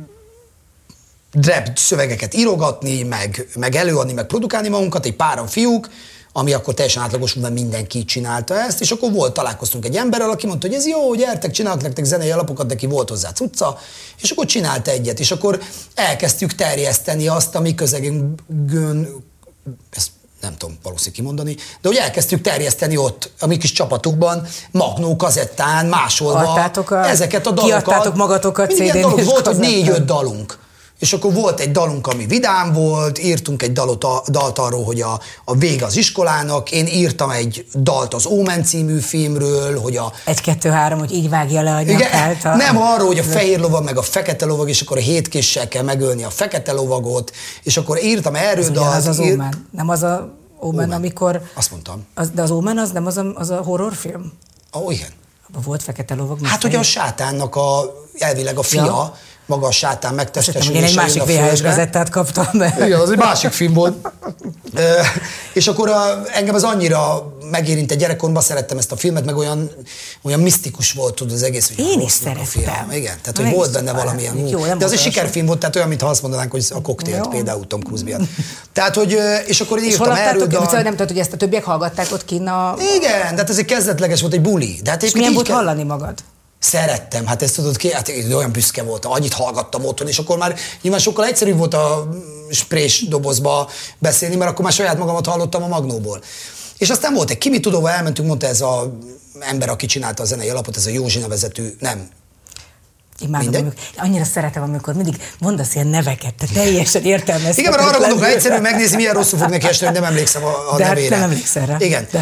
rap szövegeket írogatni, meg, meg előadni, meg produkálni magunkat, egy páran fiúk, ami akkor teljesen átlagos, mert mindenki csinálta ezt, és akkor volt, találkoztunk egy emberrel, aki mondta, hogy ez jó, gyertek, csinálok nektek zenei alapokat, neki volt hozzá cucca, és akkor csinálta egyet, és akkor elkezdtük terjeszteni azt, ami közegünkön, ezt nem tudom valószínűleg kimondani, de hogy elkezdtük terjeszteni ott, a mi kis csapatukban, magnó, kazettán, másolva, a, ezeket a dalokat. Kiadtátok magatokat cé dén. Dolog volt, hogy négy-öt dalunk. És akkor volt egy dalunk, ami vidám volt, írtunk egy dalot, a, dalt arról, hogy a, a vége az iskolának, én írtam egy dalt az Ómen című filmről, hogy a... Egy-kettő-három, hogy így vágja le a nyakát. A... Nem arról, hogy a fehér lovag meg a fekete lovag, és akkor a hétkéssel kell megölni a fekete lovagot, és akkor írtam erről ez dalt. Az az ír... Ómen. Nem az a Ómen, Ómen. amikor... Azt mondtam. Az, de az Ómen az nem az a, az a horrorfilm? Ó, oh, igen. Abban volt fekete lovag. Hát, hogy a sátánnak a, elvileg a fia, ja. maga a sátán megtestesülése. Én egy másik vé há es kazettát kaptam be. Igen, az egy másik film volt. e, és akkor a, engem az annyira megérint, egy gyerekkoromban szerettem ezt a filmet, meg olyan, olyan misztikus volt tudod az egész. Hogy én is szerettem. Igen, tehát hogy volt benne valamilyen. Jó, de az egy sikerfilm volt, tehát olyan, mintha azt mondanánk, hogy a koktélt jó. Például Tom Cruise miatt. Tehát, hogy, és akkor én és írtam erről. És hol nem tudod, hogy ezt a többiek hallgatták ott kinn a... Igen, de hát ez egy kezdetleges volt, egy buli. De hát és milyen volt kell... hallani magad? Szerettem, hát ezt tudod ki, hát olyan büszke voltam, annyit hallgattam otthon, és akkor már nyilván sokkal egyszerűbb volt a sprés dobozba beszélni, mert akkor már saját magamat hallottam a magnóból. És aztán volt egy Kimi Tudóval, elmentünk, mondta ez az ember, aki csinálta a zenei alapot, ez a Józsi nevezetű, nem. Imádom, amikor, annyira szeretem, amikor mindig mondasz ilyen neveket, te teljesen értelmezhetetlen. Igen, mert arra gondolok, ha egyszerűen megnézni, milyen rosszul fog neki esni, hogy nem emlékszem a, a de nevére. De hát nem emlékszel rá. Igen. De.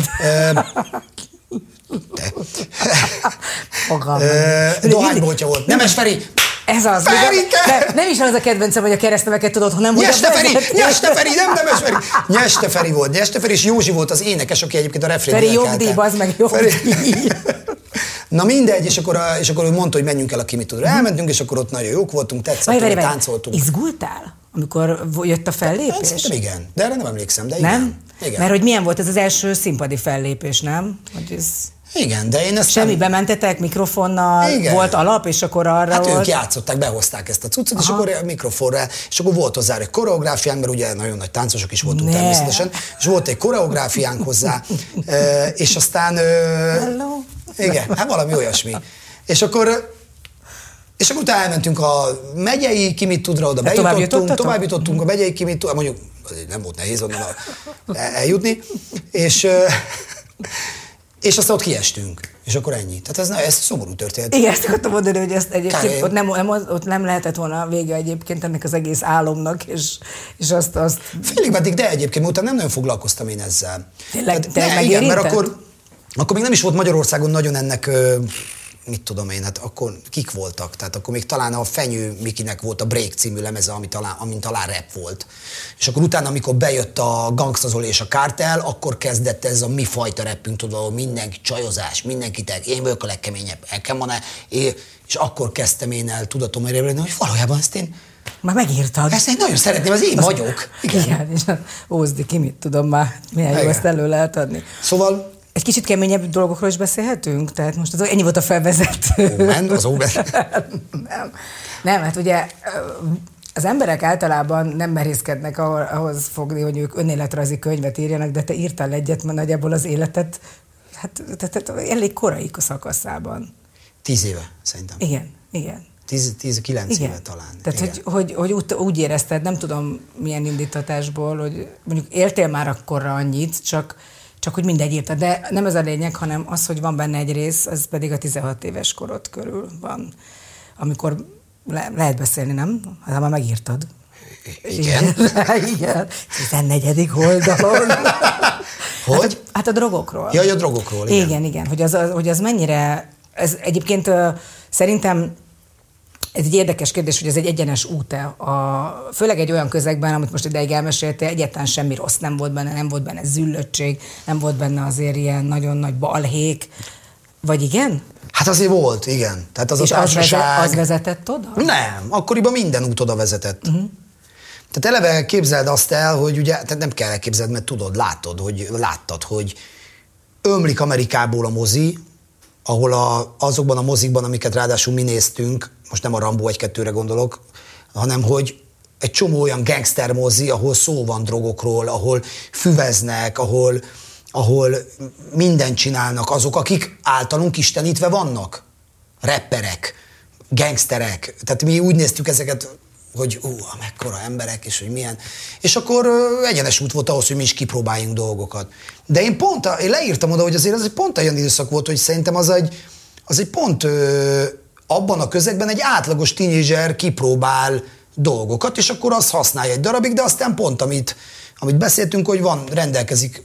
Fogalmam. Dohányboltja volt. Nemes Feri! Ez az. Nem, nem is az a kedvencem, hogy a keresztneveket tudod, hanem hogy Nyeste a Feri, Nyeste Feri, nem Nemes Feri. Nyeste Feri volt. Nyeste Feri, és Józsi volt az énekes, aki egyébként a refrén Feri jogdíj, az meg jogdíj. Na mindegy, és akkor, a, és akkor ő mondta, hogy menjünk el a Kimitudra. Elmentünk, és akkor ott nagyon jók voltunk, tetszett, táncoltunk. Izgultál, amikor jött a fellépés? Hát, szerintem igen, de erre nem emlékszem, de nem? igen. igen. Mert hogy milyen volt ez az első színpadi fellépés, nem? Hogy ez... Igen, de én ezt semmibe nem... mentetek mikrofonnal, igen. Volt alap, és akkor arra hát volt... ők játszották, behozták ezt a cuccot, és akkor a mikrofonra, és akkor volt hozzá egy koreográfiánk, mert ugye nagyon nagy táncosok is voltunk ne. természetesen, és volt egy koreográfiánk hozzá, és aztán... Hello. Igen, hát valami olyasmi. És akkor... És akkor utána elmentünk a megyei Kimitudra, oda bejutottunk, tovább jutottunk a megyei Kimitudra, mondjuk nem volt nehéz onnan eljutni, és... És aztán ott kiestünk. És akkor ennyi. Tehát ez, ez szomorú történet. Igen, ezt akartam mondani, hogy ezt egyébként ott nem, nem, ott nem lehetett volna a vége egyébként ennek az egész álomnak, és, és azt... azt... Félig meddig, de egyébként utána nem nagyon foglalkoztam én ezzel. Tényleg, te ne, igen, mert akkor, akkor még nem is volt Magyarországon nagyon ennek... mit tudom én, hát akkor kik voltak? Tehát akkor még talán a Fenyő Mikinek volt a Break című lemeze, ami talán, amin talán rap volt. És akkor utána, amikor bejött a Gangsta Zoli és a Kártel, akkor kezdett ez a mi fajta rappünk, tudod, ahol mindenki csajozás, mindenkitek, én vagyok a legkeményebb, elkem van-e, és akkor kezdtem én el tudatom érni, hogy valójában ezt én már megírtad. Ezt én nagyon szeretném, az én vagyok. Igen, igen és Ózdi, ki mit tudom már, milyen igen. Jó ezt elő lehet adni. Szóval egy kicsit keményebb dolgokról is beszélhetünk? Tehát most az, ennyi volt a felvezető. Ómen, az ómen. nem. nem, hát ugye az emberek általában nem merészkednek ahhoz fogni, hogy ők önéletrajzi könyvet írjanak, de te írtál egyet, mert nagyjából az életet, hát tehát elég korai szakaszában. Tíz éve, szerintem. Igen, igen. Tíz, tíz, kilenc éve talán. Tehát, hogy, hogy, hogy úgy, úgy érezted, nem tudom milyen indítatásból, hogy mondjuk éltél már akkorra annyit, csak Csak hogy mindegy írta, de nem ez a lényeg, hanem az, hogy van benne egy rész, ez pedig a tizenhat éves korod körül van, amikor le, lehet beszélni, nem? Hát már megírtad. Igen? Igen. tizennegyedik oldalon. Hogy? Hát, hát a drogokról. Ja, a drogokról, igen. Igen, igen. Hogy az, hogy az mennyire, ez egyébként uh, szerintem ez egy érdekes kérdés, hogy ez egy egyenes út-e. A, főleg egy olyan közegben, amit most ideig elmeséltél, egyáltalán semmi rossz nem volt benne, nem volt benne züllöttség, nem volt benne azért ilyen nagyon nagy balhék. Vagy igen? Hát azért volt, igen. Tehát az és a társaság... az, vezet, az vezetett oda? Nem, akkoriban minden út oda vezetett. Uh-huh. Tehát eleve képzeld azt el, hogy ugye, tehát nem kell elképzeled, mert tudod, látod, hogy, láttad, hogy ömlik Amerikából a mozi, ahol a, azokban a mozikban, amiket ráadásul mi néztünk, most nem a Rambo egy-kettőre gondolok, hanem hogy egy csomó olyan gangster mozi, ahol szó van drogokról, ahol füveznek, ahol, ahol mindent csinálnak azok, akik általunk istenítve vannak. Rapperek, gangsterek. Tehát mi úgy néztük ezeket, hogy ú, mekkora emberek, és hogy milyen. És akkor uh, egyenes út volt ahhoz, hogy mi is kipróbáljunk dolgokat. De én pont, én leírtam oda, hogy azért az egy pont olyan időszak volt, hogy szerintem az egy, az egy pont uh, abban a közegben egy átlagos tínézser kipróbál dolgokat, és akkor azt használja egy darabig, de aztán pont, amit, amit beszéltünk, hogy van, rendelkezik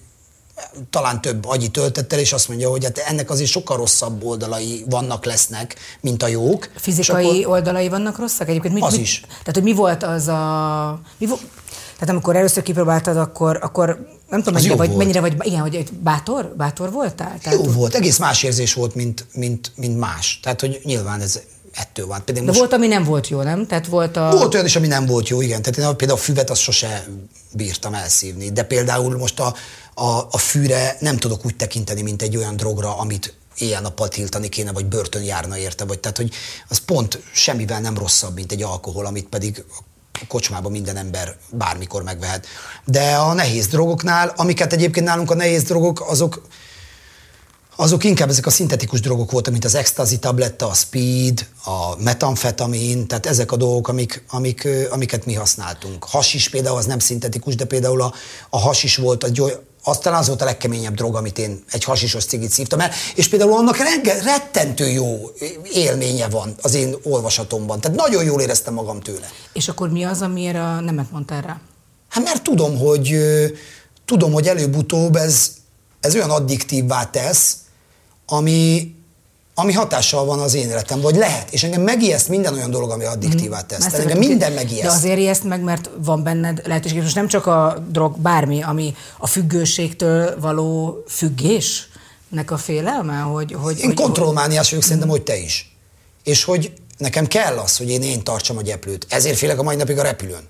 talán több agyi töltettel, és azt mondja, hogy hát ennek azért sokkal rosszabb oldalai vannak, lesznek, mint a jók. Fizikai akkor... oldalai vannak rosszak? Egyébként mi, az mi, is. Tehát, hogy mi volt az a... Mi vo... Tehát amikor először kipróbáltad, akkor, akkor nem tudom, mennyire vagy, mennyire vagy, igen, hogy bátor, bátor voltál? Tehát, jó volt, egész más érzés volt, mint, mint, mint más. Tehát, hogy nyilván ez ettől van. Például de most... volt, ami nem volt jó, nem? Tehát volt a... Volt olyan is, ami nem volt jó, igen. Tehát én például a füvet azt sose bírtam elszívni, de például most a, a, a fűre nem tudok úgy tekinteni, mint egy olyan drogra, amit éjjel-nappal tiltani kéne, vagy börtön járna érte, vagy tehát, hogy az pont semmivel nem rosszabb, mint egy alkohol, amit pedig a kocsmában minden ember bármikor megvehet. De a nehéz drogoknál, amiket egyébként nálunk a nehéz drogok, azok azok inkább ezek a szintetikus drogok voltak, mint az ecstasy tabletta, a speed, a metamfetamin, tehát ezek a dolgok, amik, amik, amiket mi használtunk. Hasis például az nem szintetikus, de például a, a hasis volt, a, az talán az volt a legkeményebb drog, amit én egy hasisos cigit szívtam el, és például annak renge, rettentő jó élménye van az én olvasatomban, tehát nagyon jól éreztem magam tőle. És akkor mi az, amire a nemet mondtál rá? Hát mert tudom, hogy, tudom, hogy előbb-utóbb ez, ez olyan addiktívvá tesz, ami, ami hatással van az én életem, vagy lehet. És engem megijeszt minden olyan dolog, ami addiktívát tesz. Tehát engem minden megijeszt. De azért ijeszt meg, mert van benned lehetőség. Most nem csak a drog, bármi, ami a függőségtől való függésnek a félelme, hogy... hogy én kontrollmániás vagyok, szerintem, hogy te is. És hogy nekem kell az, hogy én, én tartsam a gyeplőt. Ezért félek a mai napig a repülőn.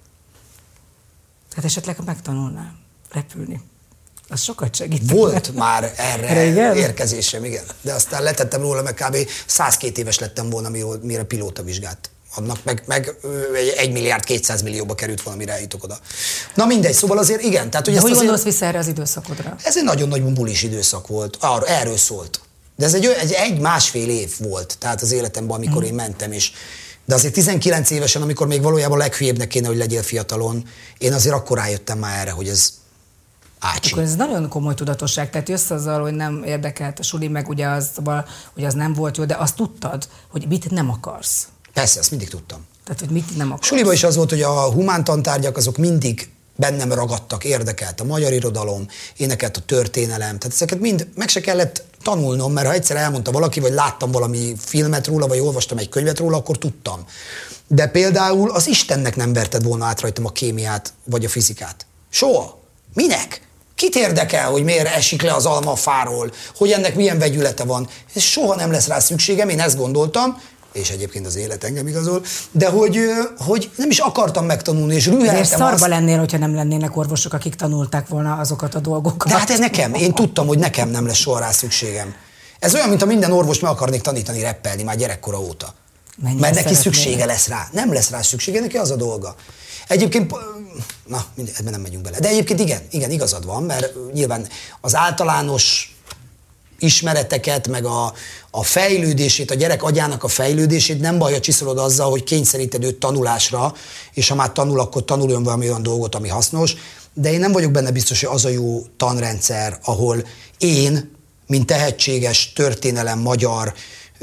Hát esetleg megtanulnál repülni. Az sokat segít. Volt már erre igen? érkezésem, igen. De aztán letettem róla, meg kb. százkettő éves lettem volna, mire pilótavizsgát adnak, meg, meg egy milliárd kétszáz millióba került volna, mire eljutok oda. Na mindegy, szóval azért igen. Tehát, hogy de ezt hogy azért, gondolsz vissza erre az időszakodra? Ez egy nagyon-nagyon bulis időszak volt. Arra, erről szólt. De ez egy, egy, egy másfél év volt, tehát az életemben, amikor mm. én mentem, és de azért tizenkilenc évesen, amikor még valójában leghülyébbnek kéne, hogy legyél fiatalon, én azért akkor rájöttem már erre, hogy ez ácsi. Akkor ez nagyon komoly tudatosság, tehát jössz azzal, hogy nem érdekelt a suli, meg ugye az, hogy az nem volt jó, de azt tudtad, hogy mit nem akarsz. Persze, ezt mindig tudtam. Tehát, hogy mit nem akarsz. Suliban is az volt, hogy a humántantárgyak azok mindig bennem ragadtak, érdekelt a magyar irodalom, énekelt a történelem, tehát ezeket mind meg se kellett tanulnom, mert ha egyszer elmondta valaki, vagy láttam valami filmet róla, vagy olvastam egy könyvet róla, akkor tudtam. De például az Istennek nem verted volna át rajtam a kémiát, vagy a fizikát. Soha. Minek? Kit érdekel, hogy miért esik le az alma a fáról, hogy ennek milyen vegyülete van? Ez soha nem lesz rá szükségem, én ezt gondoltam, és egyébként az élet engem igazol, de hogy, hogy nem is akartam megtanulni, és rüheltem azt. Szarba lennél, hogyha nem lennének orvosok, akik tanulták volna azokat a dolgokat. De hát ez nekem, én tudtam, hogy nekem nem lesz soha rá szükségem. Ez olyan, mint a minden orvos meg akarnék tanítani reppelni már gyerekkora óta. Mennyire mert neki szüksége lesz rá. Nem lesz rá szüksége, neki az a dolga. Egyébként, na, ebben nem megyünk bele. De egyébként igen, igen, igazad van, mert nyilván az általános ismereteket, meg a, a fejlődését, a gyerek agyának a fejlődését nem baj, ha csiszolod azzal, hogy kényszeríted őt tanulásra, és ha már tanul, akkor tanuljon valami olyan dolgot, ami hasznos, de én nem vagyok benne biztos, hogy az a jó tanrendszer, ahol én, mint tehetséges, történelem, magyar,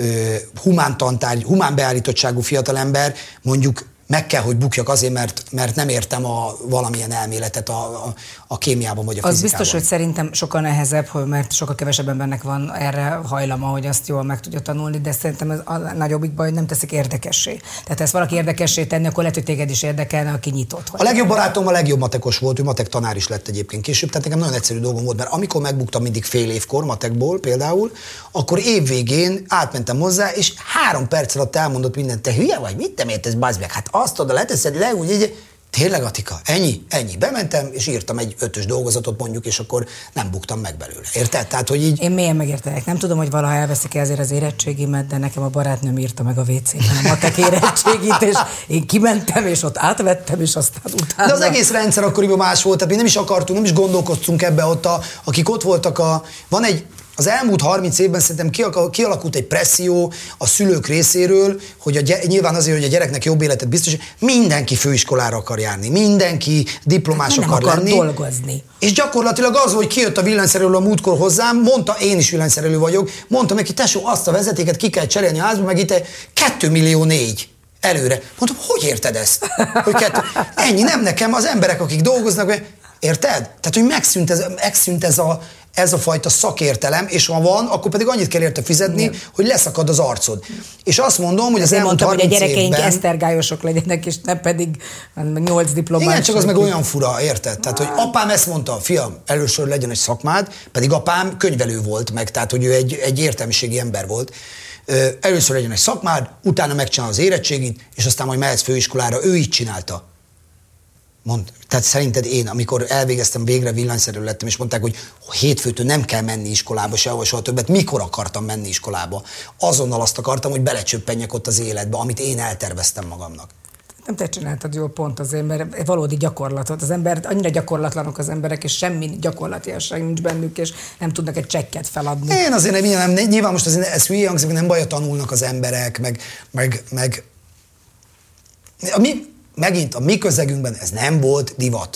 humán tantárgy, humán beállítottságú fiatalember, mondjuk meg kell, hogy bukjak azért, mert, mert nem értem a valamilyen elméletet a, a, a kémiában vagy a az fizikában. Az biztos, hogy szerintem sokkal nehezebb, mert sokkal kevesebb embernek van erre hajlama, hogy azt jól meg tudja tanulni, de szerintem ez a nagyobbik baj, hogy nem teszik érdekessé. Tehát ezt valaki érdekessé tenni, akkor lehet, hogy téged is érdekelne, aki nyitott. A legjobb barátom a legjobb matekos volt, ő matek tanár is lett egyébként később, tehát nekem nagyon egyszerű dolgom volt, mert amikor megbuktam mindig fél évkor matekból például, akkor évvégén átmentem hozzá, és három perc alatt elmondott mindent, te hülye vagy, mit nem értesz, bazd meg, hát azt oda leteszed le, úgy így, tényleg Atika, ennyi, ennyi. Bementem, és írtam egy ötös dolgozatot mondjuk, és akkor nem buktam meg belőle. Érted? Tehát, hogy így... Én mélyen megértelek. Nem tudom, hogy valaha elveszik -e ezért az érettségimet, de nekem a barátnőm írta meg a vé cében a matek érettségit, és én kimentem, és ott átvettem, és aztán utána... De az egész rendszer akkoriban más volt, tehát mi nem is akartunk, nem is gondolkodtunk ebbe ott, a, akik ott voltak a... Van egy... Az elmúlt harminc évben szerintem kialakult egy presszió a szülők részéről, hogy a gyere, nyilván azért, hogy a gyereknek jobb életet biztos, mindenki főiskolára akar járni, mindenki diplomás nem akar, akar lenni. dolgozni. És gyakorlatilag az, hogy kijött a villanyszerelő a múltkor hozzám, mondta, én is villanyszerelő vagyok, mondta neki, tesó, azt a vezetéket ki kell cserélni a házba, meg itt kettő millió négy előre. Mondtam, hogy érted ezt? Hogy kettő... Ennyi, nem nekem, az emberek, akik dolgoznak, érted? Tehát, hogy megszűnt ez, megszűnt ez a ez a fajta szakértelem, és ha van, akkor pedig annyit kell érte fizetni, igen, hogy leszakad az arcod. És azt mondom, hogy az elmúlt harminc évben... hogy a gyerekeink évben... esztergályosok legyenek, és nem pedig nyolc diplomás. Igen, csak az meg olyan fura, érted? Tehát, hogy apám ezt mondta, fiam, először legyen egy szakmád, pedig apám könyvelő volt meg, tehát, hogy ő egy, egy értelmiségi ember volt. Először legyen egy szakmád, utána megcsinál az érettségit, és aztán majd mehetsz főiskolára. Ő így csinálta. Mond, tehát szerinted én, amikor elvégeztem, végre villanyszerelő lettem, és mondták, hogy hétfőtől nem kell menni iskolába, sehova, soha többet, mikor akartam menni iskolába? Azonnal azt akartam, hogy belecsöppenjek ott az életbe, amit én elterveztem magamnak. Nem te csináltad jól pont azért, mert valódi gyakorlatot. Az ember, annyira gyakorlatlanok az emberek, és semmi gyakorlatilasság nincs bennük, és nem tudnak egy csekket feladni. Én azért nem, nem nyilván most azért ez hülye hangzik, nem baj, tanulnak az emberek, meg, meg, meg... A mi, megint a mi közegünkben ez nem volt divat,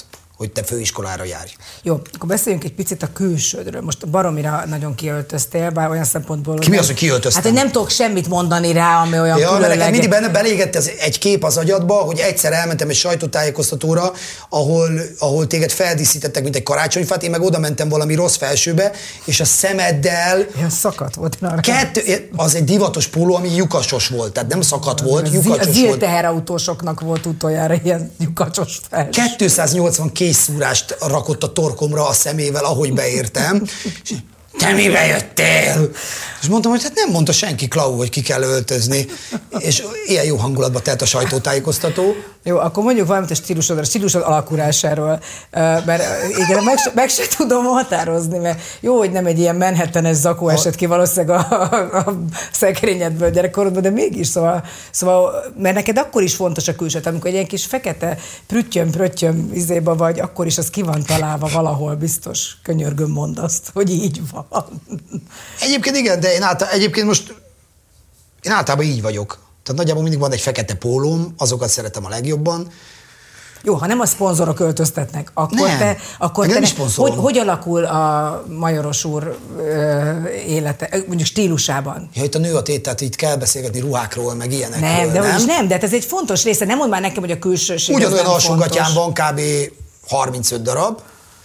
hogy te főiskolára járj. Jó, akkor beszéljünk egy picit a külsődről. Most baromira nagyon kiöltöztél, bár olyan szempontból... Ki mi az, hogy kiöltöztem? Hát, hogy nem tudok semmit mondani rá, ami olyan ja, különleges. Nekem mindig benne belégett ez egy kép az agyadba, hogy egyszer elmentem egy sajtótájékoztatóra, ahol, ahol téged feldíszítettek, mint egy karácsonyfát, én meg oda mentem valami rossz felsőbe, és a szemeddel... Ilyen szakadt volt. Kettő, az egy divatos póló, ami lyukasos volt, tehát nem szakadt volt, lyukacsos volt. volt. A teherautósoknak volt utoljára ilyen lyukacsos felső. kétszáznyolcvan készszúrást rakott a torkomra a szemével, ahogy beértem. Te mibe jöttél? És mondtam, hogy hát nem mondta senki, Klau, hogy ki kell öltözni. És ilyen jó hangulatba telt a sajtótájékoztató. Jó, akkor mondjuk valamit a stílusodra, a stílusod alakulásáról, mert igen, meg, meg se tudom határozni, mert jó, hogy nem egy ilyen Manhattanes zakó esett ki valószínűleg a, a, a szekrényedből gyerekkorodban, de mégis, szóval, szóval, mert neked akkor is fontos a külsőt, amikor egy ilyen kis fekete prüttyöm-pröttyöm izéba vagy, akkor is az ki van találva valahol, biztos, könyörgöm, mondd azt, hogy így van. Egyébként igen, de én által, egyébként most én általában így vagyok. Tehát nagyjából mindig van egy fekete pólóm, azokat szeretem a legjobban. Jó, ha nem a szponzorok öltöztetnek, akkor nem, te, akkor te nem ne, hogy, hogy alakul a Majoros úr ö, élete, mondjuk stílusában? Ja, itt a nő a tét, tehát itt kell beszélgetni ruhákról, meg ilyenekről, nem? De nem? nem, de hát ez egy fontos része, nem mondd már nekem, hogy a külsőség ugyanolyan alsógatyám van, kb. harmincöt darab.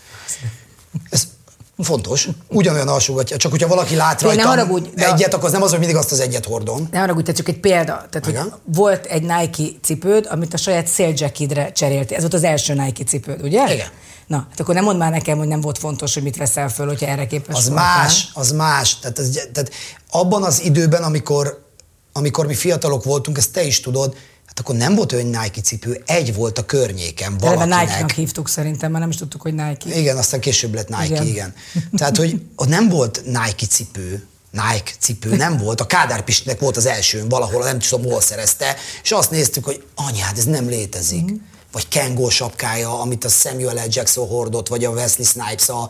Ez fontos. Ugyanolyan alsógatja, csak hogyha valaki lát rajtam haragudj, egyet, akkor az nem az, hogy mindig azt az egyet hordom. Ne haragudj, csak egy példa. Tehát, hogy volt egy Nike cipőd, amit a saját széljackidre cseréltél. Ez volt az első Nike cipőd, ugye? Igen. Na, hát akkor nem mondd már nekem, hogy nem volt fontos, hogy mit veszel föl, hogyha erre képes Az voltál. más, az más. Tehát, ez, tehát abban az időben, amikor, amikor mi fiatalok voltunk, ezt te is tudod, hát akkor nem volt olyan Nike cipő, egy volt a környéken valakinek. Nike-nak hívtuk szerintem, mert nem is tudtuk, hogy Nike. Igen, aztán később lett Nike, igen. igen. Tehát, hogy ott nem volt Nike cipő, Nike cipő nem volt, a Kádár Pistinek volt az elsőn valahol, nem tudom, hol szerezte, és azt néztük, hogy anyád, ez nem létezik. Mm. Vagy Kangol sapkája, amit a Samuel L. Jackson hordott, vagy a Wesley Snipes a,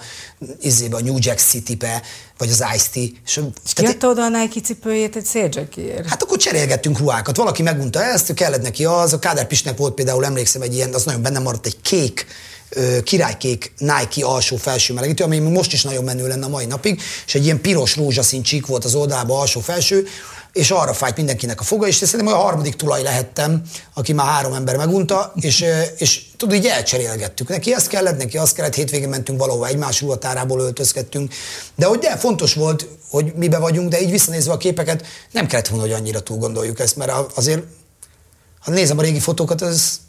a New Jack City-be, vagy az Ice-T. És, és ki adta oda a Nike cipőjét egy széljackért? Hát akkor cserélgettünk ruhákat. Valaki megunta ezt, kellett neki az. A Kádár Pistnek volt például, emlékszem, egy ilyen, az nagyon bennem maradt, egy kék, királykék Nike alsó-felső melegítő, ami most is nagyon menő lenne a mai napig, és egy ilyen piros rózsaszín csík volt az oldalában alsó-felső, és arra fájt mindenkinek a foga, és szerintem a harmadik tulaj lehettem, aki már három ember megunta, és, és tudod, így elcserélgettük. Neki ezt kellett, neki azt kellett, hétvégén mentünk valahova, egymás ruhatárából öltözkedtünk. De hogy de fontos volt, hogy mibe vagyunk, de így visszanézve a képeket, nem kellett volna, hogy annyira túl gondoljuk ezt, mert azért, ha nézem a régi fotókat, az...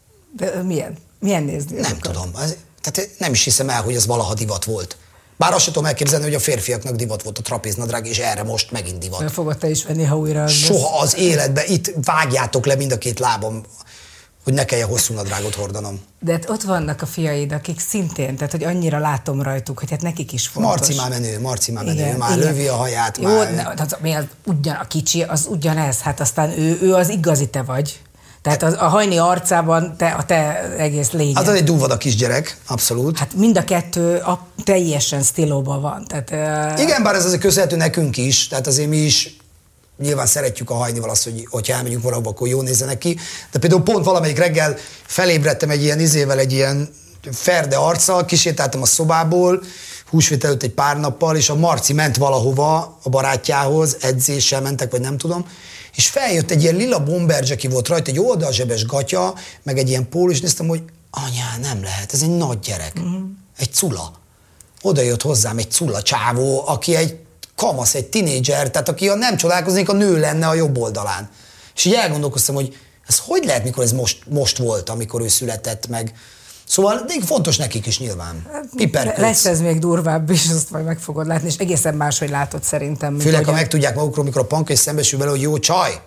De milyen? Milyen nézni? Nem azokat? tudom. Az, tehát nem is hiszem el, hogy ez valaha divat volt. Bár azt sem tudom elképzelni, hogy a férfiaknak divat volt a trapéznadrág, és erre most megint divat. Meg fogod te is venni, ha újra az Soha az életben, itt vágjátok le mind a két lábam, hogy ne kelljen hosszú nadrágot hordanom. De hát ott vannak a fiaid, akik szintén, tehát hogy annyira látom rajtuk, hogy hát nekik is fontos. Marci már menő, Marci már menő, igen, már igen. lövi a haját. Jó, már... ne, az, mi az, ugyan, a kicsi, az ugyanez, hát aztán ő, ő az igazi te vagy. Tehát az, a hajni arcában te, a te egész lényed. Hát az egy dúvad a kisgyerek, abszolút. Hát mind a kettő a, teljesen stílóban van. Tehát, uh... Igen, bár ez azért köszönhető nekünk is, tehát azért mi is nyilván szeretjük a hajnival azt, hogy hogyha elmegyünk valahova, akkor jól nézzenek ki. De például pont valamelyik reggel felébredtem egy ilyen izével, egy ilyen ferde arccal, kisétáltam a szobából, húsvét előtt egy pár nappal, és a Marci ment valahova a barátjához, edzéssel mentek, vagy nem tudom, és feljött egy ilyen lila bomber jacket volt rajta, egy oldalzsebes gatya, meg egy ilyen póló, és néztem, hogy anyá, nem lehet, ez egy nagy gyerek, uh-huh. egy cula. Oda jött hozzám egy cula csávó, aki egy kamasz, egy tinédzser, tehát aki nem csodálkoznék, a nő lenne a jobb oldalán. És így elgondolkoztam, hogy ez hogy lehet, mikor ez most, most volt, amikor ő született meg. Szóval de fontos nekik is nyilván. Piperköc. Lesz ez még durvább is, azt majd meg fogod látni, és egészen máshogy látod szerintem. Főleg, ha megtudják magukról, mikor a panka szembesül vele, hogy jó csaj.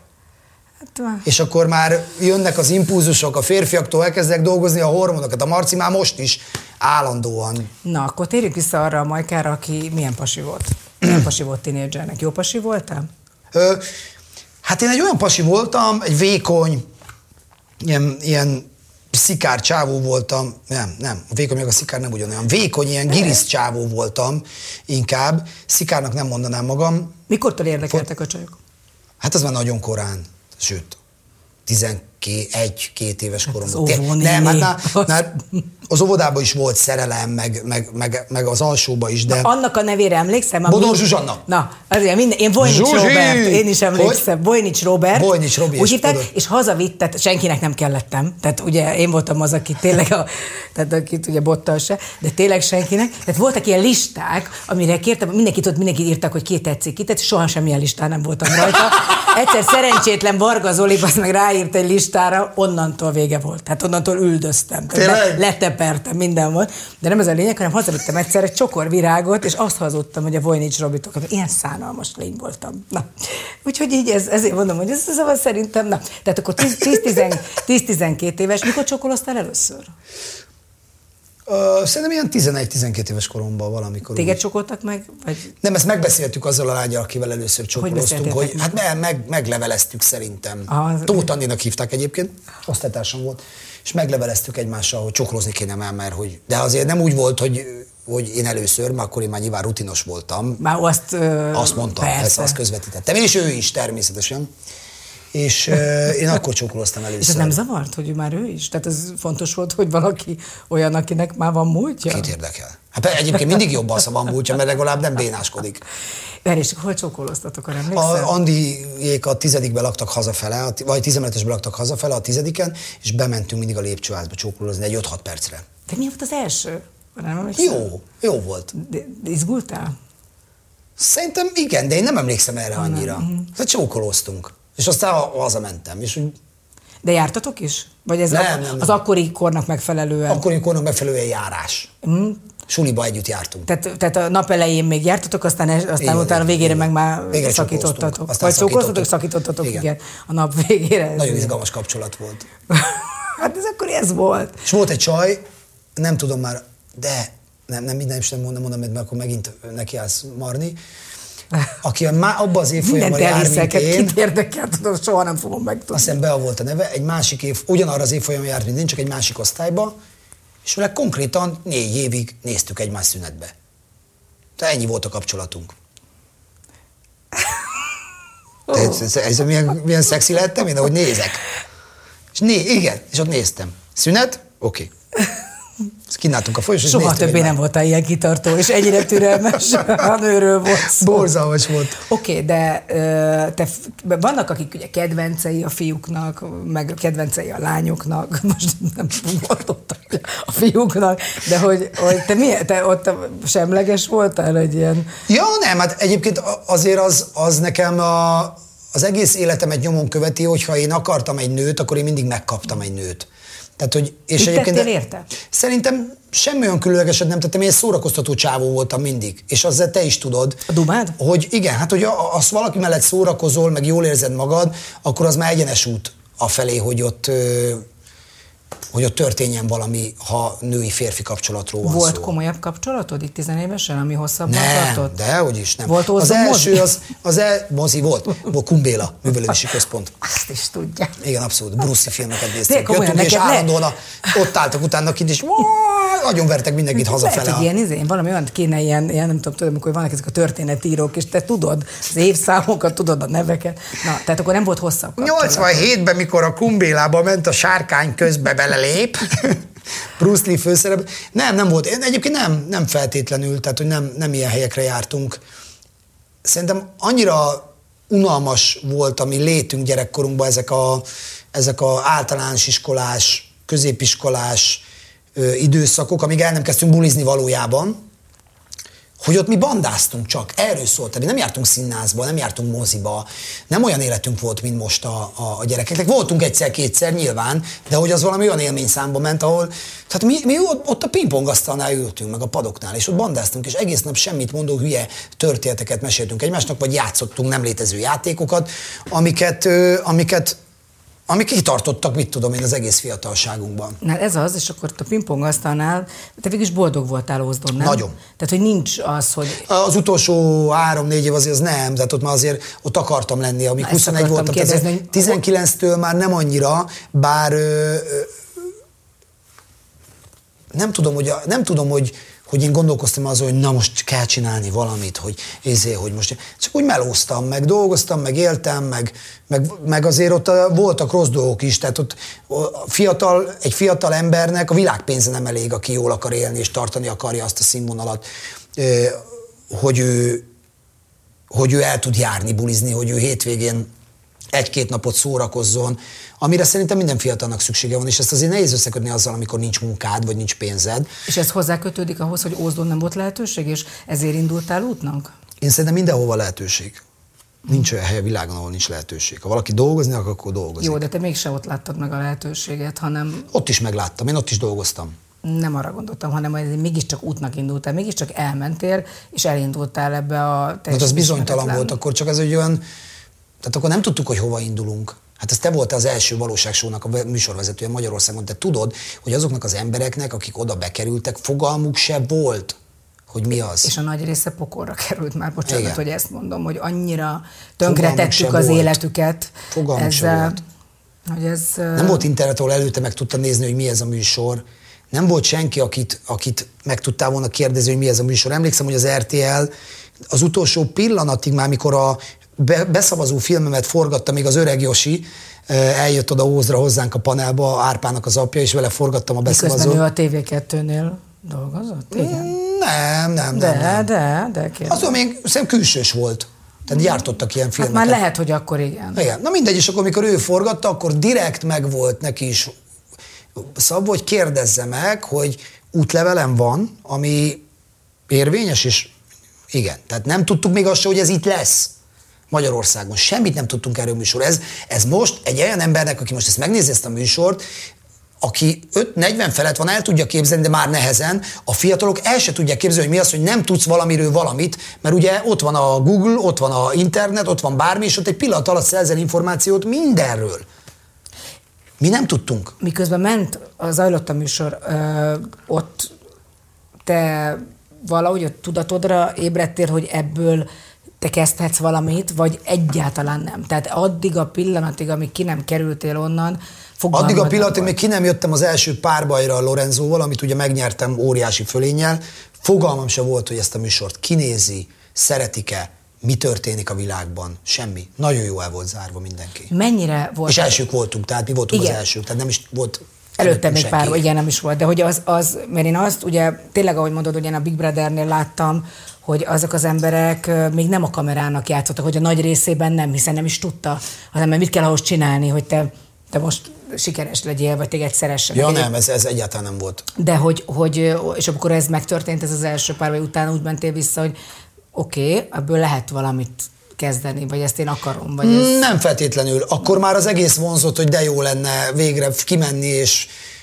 Hát, és akkor már jönnek az impulzusok, a férfiaktól elkezdek dolgozni a hormonokat. A Marci már most is állandóan. Na, akkor térjünk vissza arra a Majkára, aki milyen pasi volt. Milyen pasi volt tínédzsernek? Jó pasi voltál? Ö, hát én egy olyan pasi voltam, egy vékony, ilyen, ilyen szikár csávó voltam, nem, nem, a vékony meg a szikár nem ugyanolyan, vékony, ilyen girisz csávó voltam inkább, szikárnak nem mondanám magam. Mikortól érdekeltek a csajok? Hát az már nagyon korán, sőt, egy-két éves koromban. Hát az nem, hát már, már az óvodában is volt szerelem, meg, meg, meg, meg az alsóba is, de... Na, annak a nevére emlékszem? Bodor Zsuzsanna. Na, azért minden, én Vojnics Robert, én is emlékszem. Vojnics Robert. Vojnics Robi. Úgy hívták, és hazavitt, tehát senkinek nem kellettem. Tehát ugye én voltam az, aki tényleg, a, tehát akit ugye bottal se, de tényleg senkinek. Tehát voltak ilyen listák, amire kértem, mindenkit ott mindenki írtak, hogy ki tetszik, ki tetszik, soha semmilyen listán nem voltam rajta. Egyszer szerencsétlen Varga Zoli, az meg ráírt egy listára, onnantól vége volt. Tehát onnantól üldöztem. Le, letepertem, minden volt. De nem ez a lényeg, hanem hazavittem egyszer egy csokor virágot, és azt hazudtam, hogy a Vojnics Robitokat. Ilyen szánalmas lény voltam. Na. Úgyhogy így ez, ezért mondom, hogy ez szóval szerintem, na. Tehát akkor tíz-tizenkét éves, mikor csokoloztál először? Uh, szerintem ilyen tizenegy-tizenkét éves koromban valamikor. Téged úgy. Csokoltak meg? Vagy? Nem, ezt megbeszéltük azzal a lányjal, akivel először csokoloztunk, hogy, hogy hát meg, meg, megleveleztük szerintem. Ah, Tóth Andinak hívták egyébként, osztálytársam volt, és megleveleztük egymással, hogy csokolozni kéne már, mert hogy... De azért nem úgy volt, hogy, hogy én először, mert akkor én már nyilván rutinos voltam. Már azt... Uh, azt mondtam, ezt, azt közvetítettem. És ő is természetesen. És uh, én akkor csokoloztam először. És ez nem zavart, hogy már ő is? Tehát ez fontos volt, hogy valaki olyan, akinek már van múltja? Kit érdekel? Hát egyébként mindig jobb az, ha van múltja, mert legalább nem bénáskodik. Várj, és hol csokoloztatok, arra emlékszel? A Andiék a tizedikben laktak hazafele, vagy tizenötösben laktak hazafele a tizediken, és bementünk mindig a lépcsőházba csokolozni egy öt-hat percre. De mi volt az első? Nem jó, jó volt. De, de izgultál? Szerintem igen, de én nem emlékszem erre ah, annyira. Tehát csókoloztunk. És aztán hazamentem. És úgy... De jártatok is? Vagy ez nem, a, nem, nem. az akkori kornak megfelelően? Akkori kornak megfelelően járás. Mm. Suliba együtt jártunk. Tehát, tehát a nap elején még jártatok, aztán, aztán igen, utána végére igen. meg már végre szakítottatok. Vagy csókoloztatok, szakítottatok, igen. igen. A nap végére. Nagyon izgalmas kapcsolat volt. Hát ez akkor ez volt. És volt egy csaj, nem tudom már, de nem, nem minden is nem mondom, mondom, mert akkor megint nekiállsz marni, aki már abban az évfolyamban jár, mint én. Kit érdekel, tudom, soha nem fogom megtudni. Azt hiszem Bea volt a neve, egy másik év, ugyanarra az évfolyamban járt, mint én, csak egy másik osztályba, és vele konkrétan négy évig néztük egymás szünetbe. Tehát ennyi volt a kapcsolatunk. Oh. Ez, ez, milyen, milyen szexi lettem én, ahogy nézek. És né, igen, és ott néztem. Szünet? Oké. Okay. Ezt kínáltunk a folyosón, és soha többé nem voltál ilyen kitartó, és ennyire türelmes a nőről volt szó. Borzalmas volt. Oké, okay, de te, vannak, akik ugye kedvencei a fiúknak, meg kedvencei a lányoknak, most nem mondottam a fiúknak, de hogy, hogy te, milyen, te ott semleges voltál egy ilyen... Ja, nem, hát egyébként azért az, az nekem a, az egész életemet nyomon követi, hogyha én akartam egy nőt, akkor én mindig megkaptam egy nőt. Tehát, hogy, és mit egyébként tettél érte? Szerintem semmi olyan különlegeset nem tettem, én szórakoztató csávó voltam mindig. És azzal te is tudod. A dumád? Hogy igen, hát hogy az valaki mellett szórakozol, meg jól érzed magad, akkor az már egyenes út afelé, hogy ott, hogy ott történjen valami, ha női-férfi kapcsolatról van Volt szó. komolyabb kapcsolatod itt tizenévesen, ami hosszabban nem, tartott? dehogy is nem. Volt az első, az, az el, mozi volt, volt Kumbéla művelődési központ. Azt is tudja. Igen, abszolút, Bruce filmeket néztünk. Jöttünk, és állandóan a, ott álltak utána kint, és nagyon vertek mindenkit hazafele. Lehet, hogy ilyen izén, valami olyan kéne, ilyen, ilyen nem tudom, tudom, amikor vannak ezek a történetírók, és te tudod az évszámokat, tudod a neveket. Na, tehát akkor nem volt hosszabb kapcsolat. nyolcvanhétben, mikor a Kumbélába ment a sárkány közbe belelép, Bruce Lee főszerep. Nem, nem volt. Egyébként nem, nem feltétlenül, tehát hogy nem, nem ilyen helyekre jártunk. Szerintem annyira unalmas volt a mi létünk gyerekkorunkban ezek a, ezek a általános iskolás, középiskolás ö, időszakok, amíg el nem kezdtünk bulizni valójában, hogy ott mi bandáztunk csak, erről szólt, tehát nem jártunk színházba, nem jártunk moziba, nem olyan életünk volt, mint most a, a, a gyerekeknek. Voltunk egyszer-kétszer nyilván, de hogy az valami olyan élményszámba ment, ahol, tehát mi, mi ott a pingpongasztalnál ültünk, meg a padoknál, és ott bandáztunk, és egész nap semmit mondó hülye történeteket meséltünk egymásnak, vagy játszottunk nem létező játékokat, amiket, ö, amiket amik kitartottak, mit tudom én, az egész fiatalságunkban. Na ez az, és akkor a pingpongasztalnál, te végül is boldog voltál Ózdon, nem? Nagyon. Tehát, hogy nincs az, hogy... Az utolsó három-négy év azért az nem, tehát ott már azért ott akartam lenni, amíg Na, huszonegy voltam. Kérdezni, hogy... tizenkilenctől már nem annyira, bár ö, ö, nem tudom, hogy, nem tudom, hogy hogy én gondolkoztam azon, hogy na most kell csinálni valamit, hogy ezért, hogy most... Csak úgy melóztam, meg dolgoztam, meg éltem, meg, meg, meg azért ott voltak rossz dolgok is, tehát ott fiatal, egy fiatal embernek a világpénze nem elég, aki jól akar élni és tartani akarja azt a színvonalat, hogy ő, hogy ő el tud járni, bulizni, hogy ő hétvégén egy-két napot szórakozzon, amire szerintem minden fiatalnak szüksége van, és ezt azért nehéz összekötni azzal, amikor nincs munkád, vagy nincs pénzed. És ez hozzákötődik ahhoz, hogy Ózdon nem volt lehetőség, és ezért indultál útnak? Én szerintem mindenhova lehetőség. Nincs olyan hely a világon, ahol nincs lehetőség. Ha valaki dolgozni akar, akkor dolgozik. Jó, de te mégse ott láttad meg a lehetőséget, hanem... Ott is megláttam, én ott is dolgoztam. Nem arra gondoltam, hanem hogy mégiscsak útnak indultál, mégiscsak elmentél, és elindultál ebbe a... Hát az bizonytalan volt, akkor csak ez egy olyan... Tehát akkor nem tudtuk, hogy hova indulunk. Hát ez te voltál az első valóságsónak a műsorvezetője Magyarországon. Te tudod, hogy azoknak az embereknek, akik oda bekerültek, fogalmuk se volt, hogy mi az. És a nagy része pokolra került már, bocsánat, igen, hogy ezt mondom, hogy annyira tönkretettük az volt. Életüket. Fogalmuk se volt. Hogy ez, nem volt internet, ahol előtte meg tudta nézni, hogy mi ez a műsor. Nem volt senki, akit, akit meg tudtál volna kérdezni, hogy mi ez a műsor. Emlékszem, hogy az er té el az utolsó pillanatig már, mikor a beszavazó filmemet forgatta, még az öreg Josi eljött oda Ózdra hozzánk a panelba, Árpának az apja, és vele forgattam a beszavazót. Miközben ő a té vé kettőnél dolgozott? Igen. Nem, nem, de, nem. nem. De, de, de. Azon még szerintem külsős volt. Tehát gyártottak ilyen filmeket. Hát már lehet, hogy akkor igen. Igen. Na mindegy, és akkor, amikor ő forgatta, akkor direkt meg volt neki is szabva, hogy kérdezze meg, hogy útlevelem van, ami érvényes, és igen. Tehát nem tudtuk még azt, hogy ez itt lesz Magyarországon. Semmit nem tudtunk erről a műsor. Ez, ez most egy olyan embernek, aki most ezt megnézi ezt a műsort, aki öt negyven felett van, el tudja képzelni, de már nehezen, a fiatalok el se tudják képzelni, hogy mi az, hogy nem tudsz valamiről valamit, mert ugye ott van a Google, ott van a internet, ott van bármi, és ott egy pillanat alatt szerzel információt mindenről. Mi nem tudtunk. Miközben ment, zajlott a műsor, ö, ott te valahogy a tudatodra ébredtél, hogy ebből te kezdhetsz valamit, vagy egyáltalán nem. Tehát addig a pillanatig, amíg ki nem kerültél onnan, addig a pillanatig, még ki nem jöttem az első párbajra a Lorenzóval, amit ugye megnyertem óriási fölénnyel, fogalmam se volt, hogy ezt a műsort kinézi, szeretik-e, mi történik a világban, semmi. Nagyon jó el volt zárva mindenki. Mennyire volt? És elsők voltunk, tehát mi voltunk igen. az elsők, tehát nem is volt... Előtte még pár, igen, nem is volt, de hogy az, az, mert én azt ugye, tényleg ahogy mondod, hogy én a Big Brothernél láttam, hogy azok az emberek még nem a kamerának játszottak, hogy a nagy részében nem, hiszen nem is tudta, hanem mit kell ahhoz csinálni, hogy te, te most sikeres legyél, vagy téged szeressenek. Ja nem, ez, ez egyáltalán nem volt. De hogy, hogy, és akkor ez megtörtént, ez az első pár, vagy utána úgy mentél vissza, hogy oké, okay, ebből lehet valamit kezdeni, vagy ezt én akarom, vagy ez... Nem feltétlenül. Akkor már az egész vonzott, hogy de jó lenne végre kimenni, és,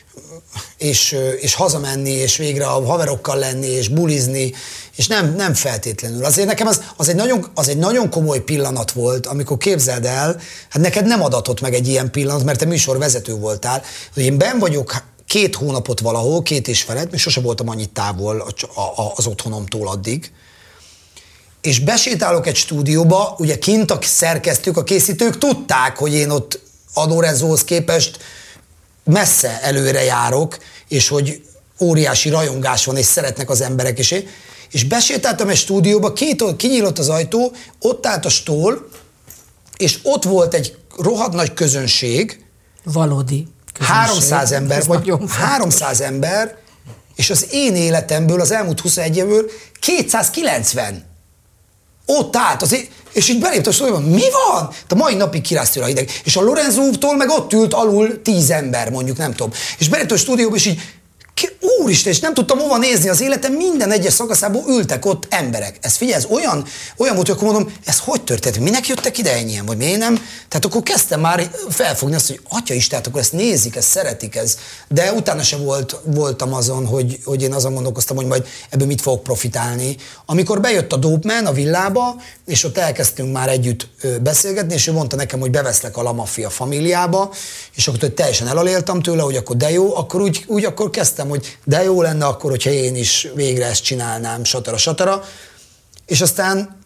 és, és hazamenni, és végre a haverokkal lenni, és bulizni, és nem, nem feltétlenül. Azért nekem az, az, egy nagyon, az egy nagyon komoly pillanat volt, amikor képzeld el, hát neked nem adatott meg egy ilyen pillanat, mert te műsorvezető voltál, hogy én benn vagyok két hónapot valahol, két és felett, még sose voltam annyit távol az otthonomtól addig, és besétálok egy stúdióba, ugye kint a szerkesztők, a készítők tudták, hogy én ott a Lorenzóhoz képest messze előre járok, és hogy óriási rajongás van, és szeretnek az emberek, és én, és besétáltam egy stúdióba, két, kinyílott az ajtó, ott állt a stól, és ott volt egy rohadt nagy közönség. Valódi közönség. háromszáz ember, vagy háromszáz ember, és az én életemből, az elmúlt huszonegy évből kétszázkilencven. Ott állt, az é- és így belépte a stúdióban, mi van? De mai napig kiráztja a hideg. És a Lorenzótól meg ott ült alul tíz ember, mondjuk, nem tudom. És belépte a stúdióba, és így, úristen, és nem tudtam hova nézni az életem, minden egyes szakaszából ültek ott emberek. Ez figyelj, ez olyan, olyan volt, hogy akkor mondom, ez hogy történt? Minek jöttek ide ennyien, vagy miért nem? Tehát akkor kezdtem már felfogni azt, hogy atya Isten, akkor ezt nézik, ezt szeretik, ez. De utána sem volt, voltam azon, hogy, hogy én azon gondolkoztam, hogy majd ebből mit fogok profitálni. Amikor bejött a Dopeman a villába, és ott elkezdtünk már együtt beszélgetni, és ő mondta nekem, hogy beveszlek a La Mafia familiába, és akkor teljesen elaléltam tőle, hogy akkor de jó, akkor úgy, úgy akkor kezdtem, hogy de jó lenne akkor, hogyha én is végre ezt csinálnám, satara, satara. És aztán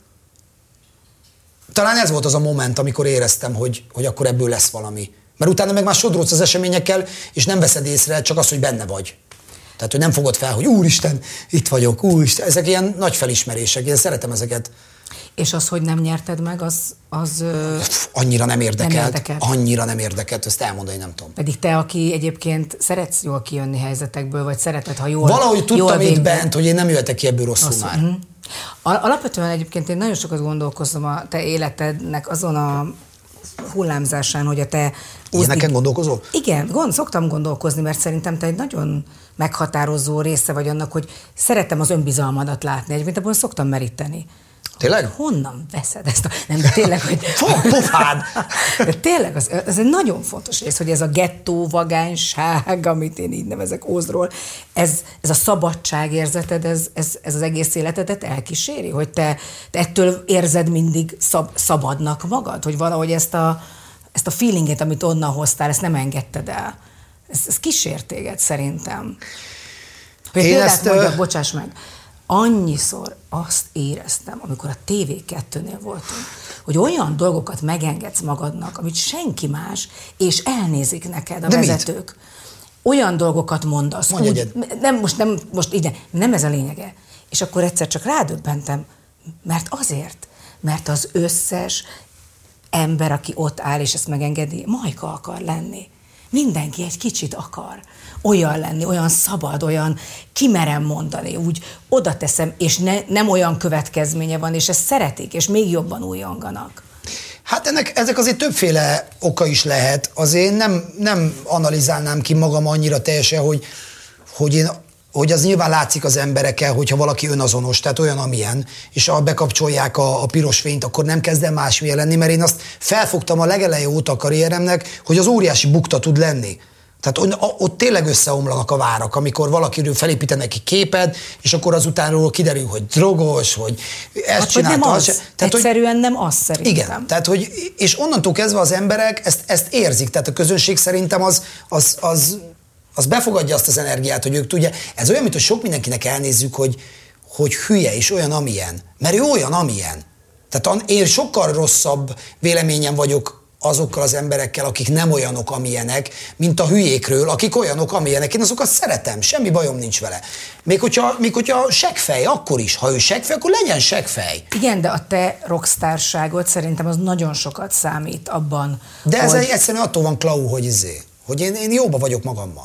talán ez volt az a moment, amikor éreztem, hogy, hogy akkor ebből lesz valami. Mert utána meg már sodródsz az eseményekkel, és nem veszed észre, csak az, hogy benne vagy. Tehát, hogy nem fogod fel, hogy úristen, itt vagyok, úristen. Ezek ilyen nagy felismerések, én szeretem ezeket. És az, hogy nem nyerted meg, az... az annyira nem érdekelt, nem érdekelt. Annyira nem érdekelt, ezt elmondani nem tudom. Pedig te, aki egyébként szeretsz jól kijönni helyzetekből, vagy szereted, ha jól... Valahogy tudtam jól itt bent, hogy én nem jöhetek ki ebből rosszul Rossz. már. Uh-huh. Alapvetően egyébként én nagyon sokat gondolkozom a te életednek azon a hullámzásán, hogy a te... Ilyeneken gondolkozol? Igen, gond, szoktam gondolkozni, mert szerintem te egy nagyon meghatározó része vagy annak, hogy szeretem az önbizalmadat látni. Egyébként abban szoktam meríteni. Tényleg? Honnan veszed ezt a... Nem, de tényleg, hogy... Pofád! De tényleg, az, az egy nagyon fontos rész, hogy ez a gettó vagányság, amit én így nevezek Ózdról, ez, ez a szabadságérzeted, ez, ez, ez az egész életedet elkíséri? Hogy te, te ettől érzed mindig szab, szabadnak magad? Hogy valahogy ezt a, ezt a feelinget, amit onnan hoztál, ezt nem engedted el? Ez, ez kísért téged szerintem. Hogy példát ezt, mondjak, bocsáss meg. Annyiszor azt éreztem, amikor a té vé kettőnél voltunk, hogy olyan dolgokat megengedsz magadnak, amit senki más, és elnézik neked a De vezetők. Mit? Olyan dolgokat mondasz. Úgy, nem, most, nem, most ide, nem ez a lényege. És akkor egyszer csak rádöbbentem, mert azért, mert az összes ember, aki ott áll, és ezt megengedi, Majka akar lenni. Mindenki egy kicsit akar olyan lenni, olyan szabad, olyan kimerem mondani, úgy oda teszem, és ne, nem olyan következménye van, és ezt szeretik, és még jobban újonganak. Hát ennek, ezek azért többféle oka is lehet. Azért nem, nem analizálnám ki magam annyira teljesen, hogy, hogy, én, hogy az nyilván látszik az emberekkel, hogyha valaki önazonos, tehát olyan, amilyen, és ha bekapcsolják a, a piros fényt, akkor nem kezd el másmilyen lenni, mert én azt felfogtam a legeleje óta a karrieremnek, hogy az óriási bukta tud lenni. Tehát ott tényleg összeomlanak a várak, amikor valakiről felépítenek ki képed, és akkor azután kiderül, hogy drogos, hogy ezt hát, csinálta. Nem az. az tehát, Egyszerűen hogy, nem az szerintem. Igen, tehát, hogy, és onnantól kezdve az emberek ezt, ezt érzik, tehát a közönség szerintem az, az, az, az befogadja azt az energiát, hogy ők tudja. Ez olyan, mint hogy sok mindenkinek elnézzük, hogy, hogy hülye és olyan, amilyen. Mert ő olyan, amilyen. Tehát én sokkal rosszabb véleményem vagyok azokkal az emberekkel, akik nem olyanok, amilyenek, mint a hülyékről, akik olyanok, amilyenek. Én azokat szeretem, semmi bajom nincs vele. Még hogyha, még hogyha seggfej, akkor is. Ha ő seggfej, akkor legyen seggfej. Igen, de a te rockstárságod szerintem az nagyon sokat számít abban, De ez hogy... egy, egyszerűen attól van, Klau, hogy izé, hogy én, én jóba vagyok magammal.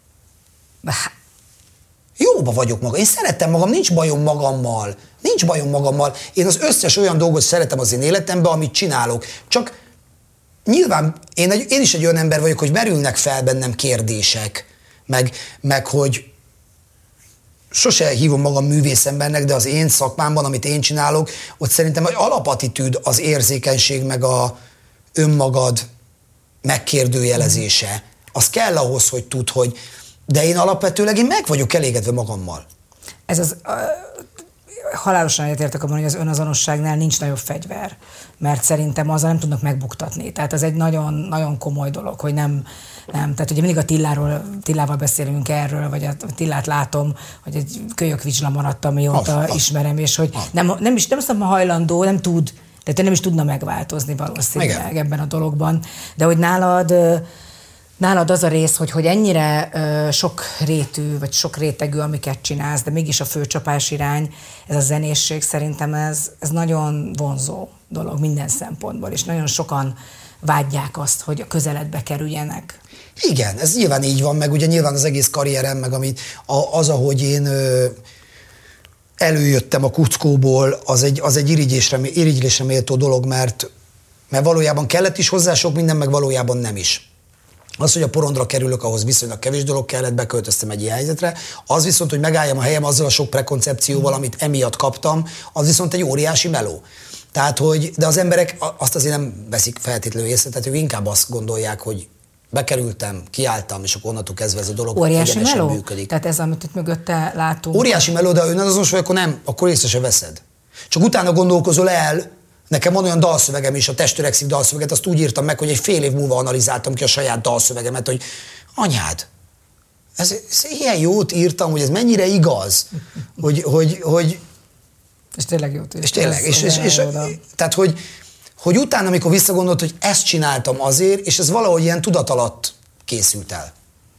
Jóba vagyok magam. Én szeretem magam, nincs bajom magammal. Nincs bajom magammal. Én az összes olyan dolgot szeretem az én életemben, amit csinálok. Csak nyilván én, egy, én is egy olyan ember vagyok, hogy merülnek fel bennem kérdések, meg, meg hogy sose hívom magam művészembernek, de az én szakmámban, amit én csinálok, ott szerintem egy alapattitűd az érzékenység, meg a önmagad megkérdőjelezése. Az kell ahhoz, hogy tudd, hogy de én alapvetőleg én meg vagyok elégedve magammal. Ez az... Uh... Halálosan egyetértek abban, hogy az önazonosságnál nincs nagyobb fegyver, mert szerintem azzal nem tudnak megbuktatni. Tehát ez egy nagyon, nagyon komoly dolog, hogy nem, nem. Tehát ugye mindig a Tilláról, Tillával beszélünk erről, vagy a Tillát látom, hogy egy kölyök vicsla maradt, amióta ah, ismerem, és hogy ah. nem, nem is nem azt mondom, hajlandó, nem tud, tehát nem is tudna megváltozni valószínűleg Igen. ebben a dologban. De hogy nálad Nálad az a rész, hogy, hogy ennyire ö, sok rétű, vagy sok rétegű, amiket csinálsz, de mégis a főcsapás irány, ez a zenészség szerintem ez, ez nagyon vonzó dolog minden szempontból, és nagyon sokan vágyják azt, hogy a közeledbe kerüljenek. Igen, ez nyilván így van, meg ugye nyilván az egész karrierem, meg amit, az, ahogy én ö, előjöttem a kuckóból, az egy, az egy irigylésre, irigylésre méltó dolog, mert, mert valójában kellett is hozzá sok minden, meg valójában nem is. Az, hogy a porondra kerülök, ahhoz viszonylag kevés dolog kellett, beköltöztem egy ilyen helyzetre. Az viszont, hogy megálljam a helyem azzal a sok prekoncepcióval, amit emiatt kaptam, az viszont egy óriási meló. Tehát, hogy, de az emberek azt azért nem veszik feltétlenül észre, tehát ők inkább azt gondolják, hogy bekerültem, kiálltam, és akkor onnantól kezdve ez a dolog óriási egyenesen meló? működik. Tehát ez, amit itt mögötte látunk. Óriási meló, de ha önazonos vagy, akkor nem, akkor észre se veszed. Csak utána gondolkozol el. Nekem van olyan dalszövegem is, a Testtörekszik dalszöveget, azt úgy írtam meg, hogy egy fél év múlva analizáltam ki a saját dalszövegemet, hogy anyád, ez, ez ilyen jót írtam, hogy ez mennyire igaz, hogy... hogy, hogy és tényleg jót írtam. És tényleg, és, és, és, tehát, hogy, hogy utána, amikor visszagondolt, hogy ezt csináltam azért, és ez valahogy ilyen tudat alatt készült el.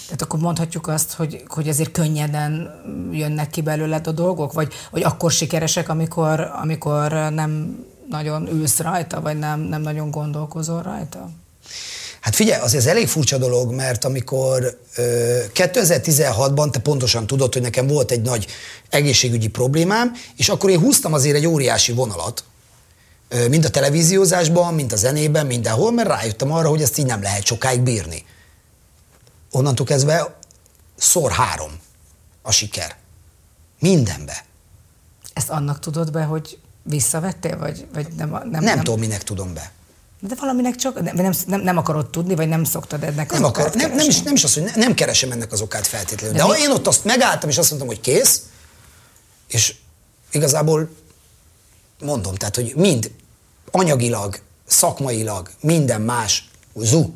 Tehát akkor mondhatjuk azt, hogy, hogy azért könnyeden jönnek ki belőled a dolgok, vagy, vagy akkor sikeresek, amikor, amikor nem nagyon ülsz rajta, vagy nem, nem nagyon gondolkozol rajta? Hát figyelj, azért ez elég furcsa dolog, mert amikor ö, kétezer-tizenhatban te pontosan tudod, hogy nekem volt egy nagy egészségügyi problémám, és akkor én húztam azért egy óriási vonalat, ö, mind a televíziózásban, mind a zenében, mindenhol, mert rájöttem arra, hogy ezt így nem lehet sokáig bírni. Onnantól kezdve szor három a siker. Mindenbe. Ezt annak tudod be, hogy visszavettél, vagy, vagy nem, nem, nem? Nem tudom, minek tudom be. De valaminek csak, nem, nem, nem, nem akarod tudni, vagy nem szoktad ennek nem az akar, nem, nem, is, nem is az, hogy ne, nem keresem ennek az okát feltétlenül. De, De ha én ott azt megálltam, és azt mondtam, hogy kész, és igazából mondom, tehát, hogy mind anyagilag, szakmailag, minden más, zu.